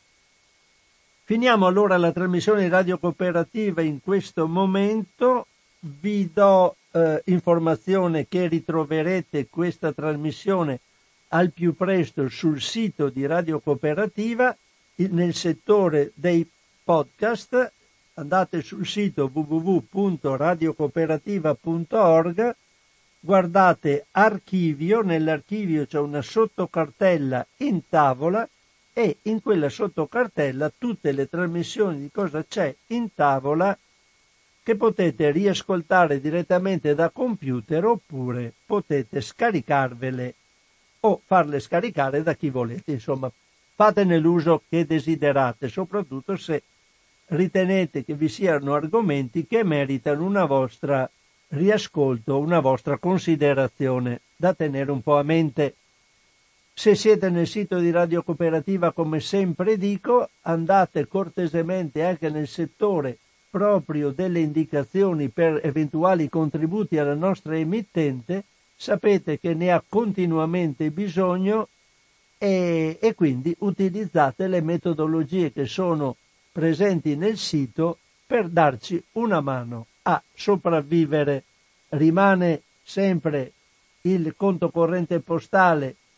Finiamo allora la trasmissione Radio Cooperativa in questo momento. Vi do eh, informazione che ritroverete questa trasmissione al più presto sul sito di Radio Cooperativa nel settore dei podcast. Andate sul sito w w w punto radio cooperativa punto org, guardate archivio, nell'archivio c'è una sottocartella in tavola e in quella sottocartella tutte le trasmissioni di Cosa c'è in tavola che potete riascoltare direttamente da computer oppure potete scaricarvele o farle scaricare da chi volete. Insomma, fatene l'uso che desiderate, soprattutto se ritenete che vi siano argomenti che meritano una vostra riascolto, una vostra considerazione da tenere un po' a mente. Se siete nel sito di Radio Cooperativa, come sempre dico, andate cortesemente anche nel settore proprio delle indicazioni per eventuali contributi alla nostra emittente. Sapete che ne ha continuamente bisogno e, e quindi utilizzate le metodologie che sono presenti nel sito per darci una mano a sopravvivere. Rimane sempre il conto corrente postale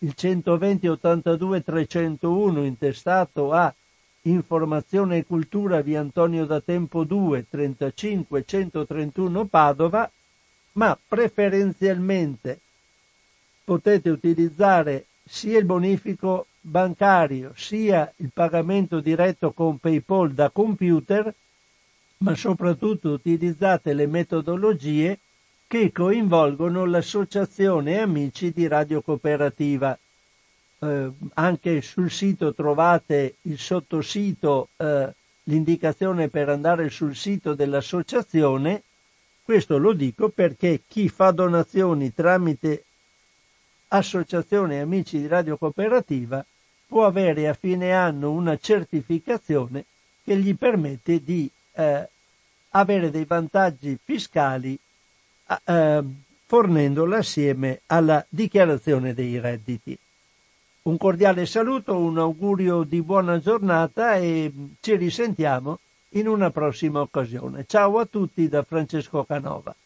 il centoventi ottantadue trecentouno intestato a Informazione e Cultura via Antonio da Tempo due trentacinque centotrentuno Padova, ma preferenzialmente potete utilizzare sia il bonifico bancario sia il pagamento diretto con PayPal da computer, ma soprattutto utilizzate le metodologie che coinvolgono l'Associazione Amici di Radio Cooperativa. Eh, anche sul sito trovate il sottosito, eh, l'indicazione per andare sul sito dell'associazione. Questo lo dico perché chi fa donazioni tramite Associazione Amici di Radio Cooperativa può avere a fine anno una certificazione che gli permette di eh, avere dei vantaggi fiscali eh, fornendola assieme alla dichiarazione dei redditi. Un cordiale saluto, un augurio di buona giornata e ci risentiamo in una prossima occasione. Ciao a tutti da Francesco Canova.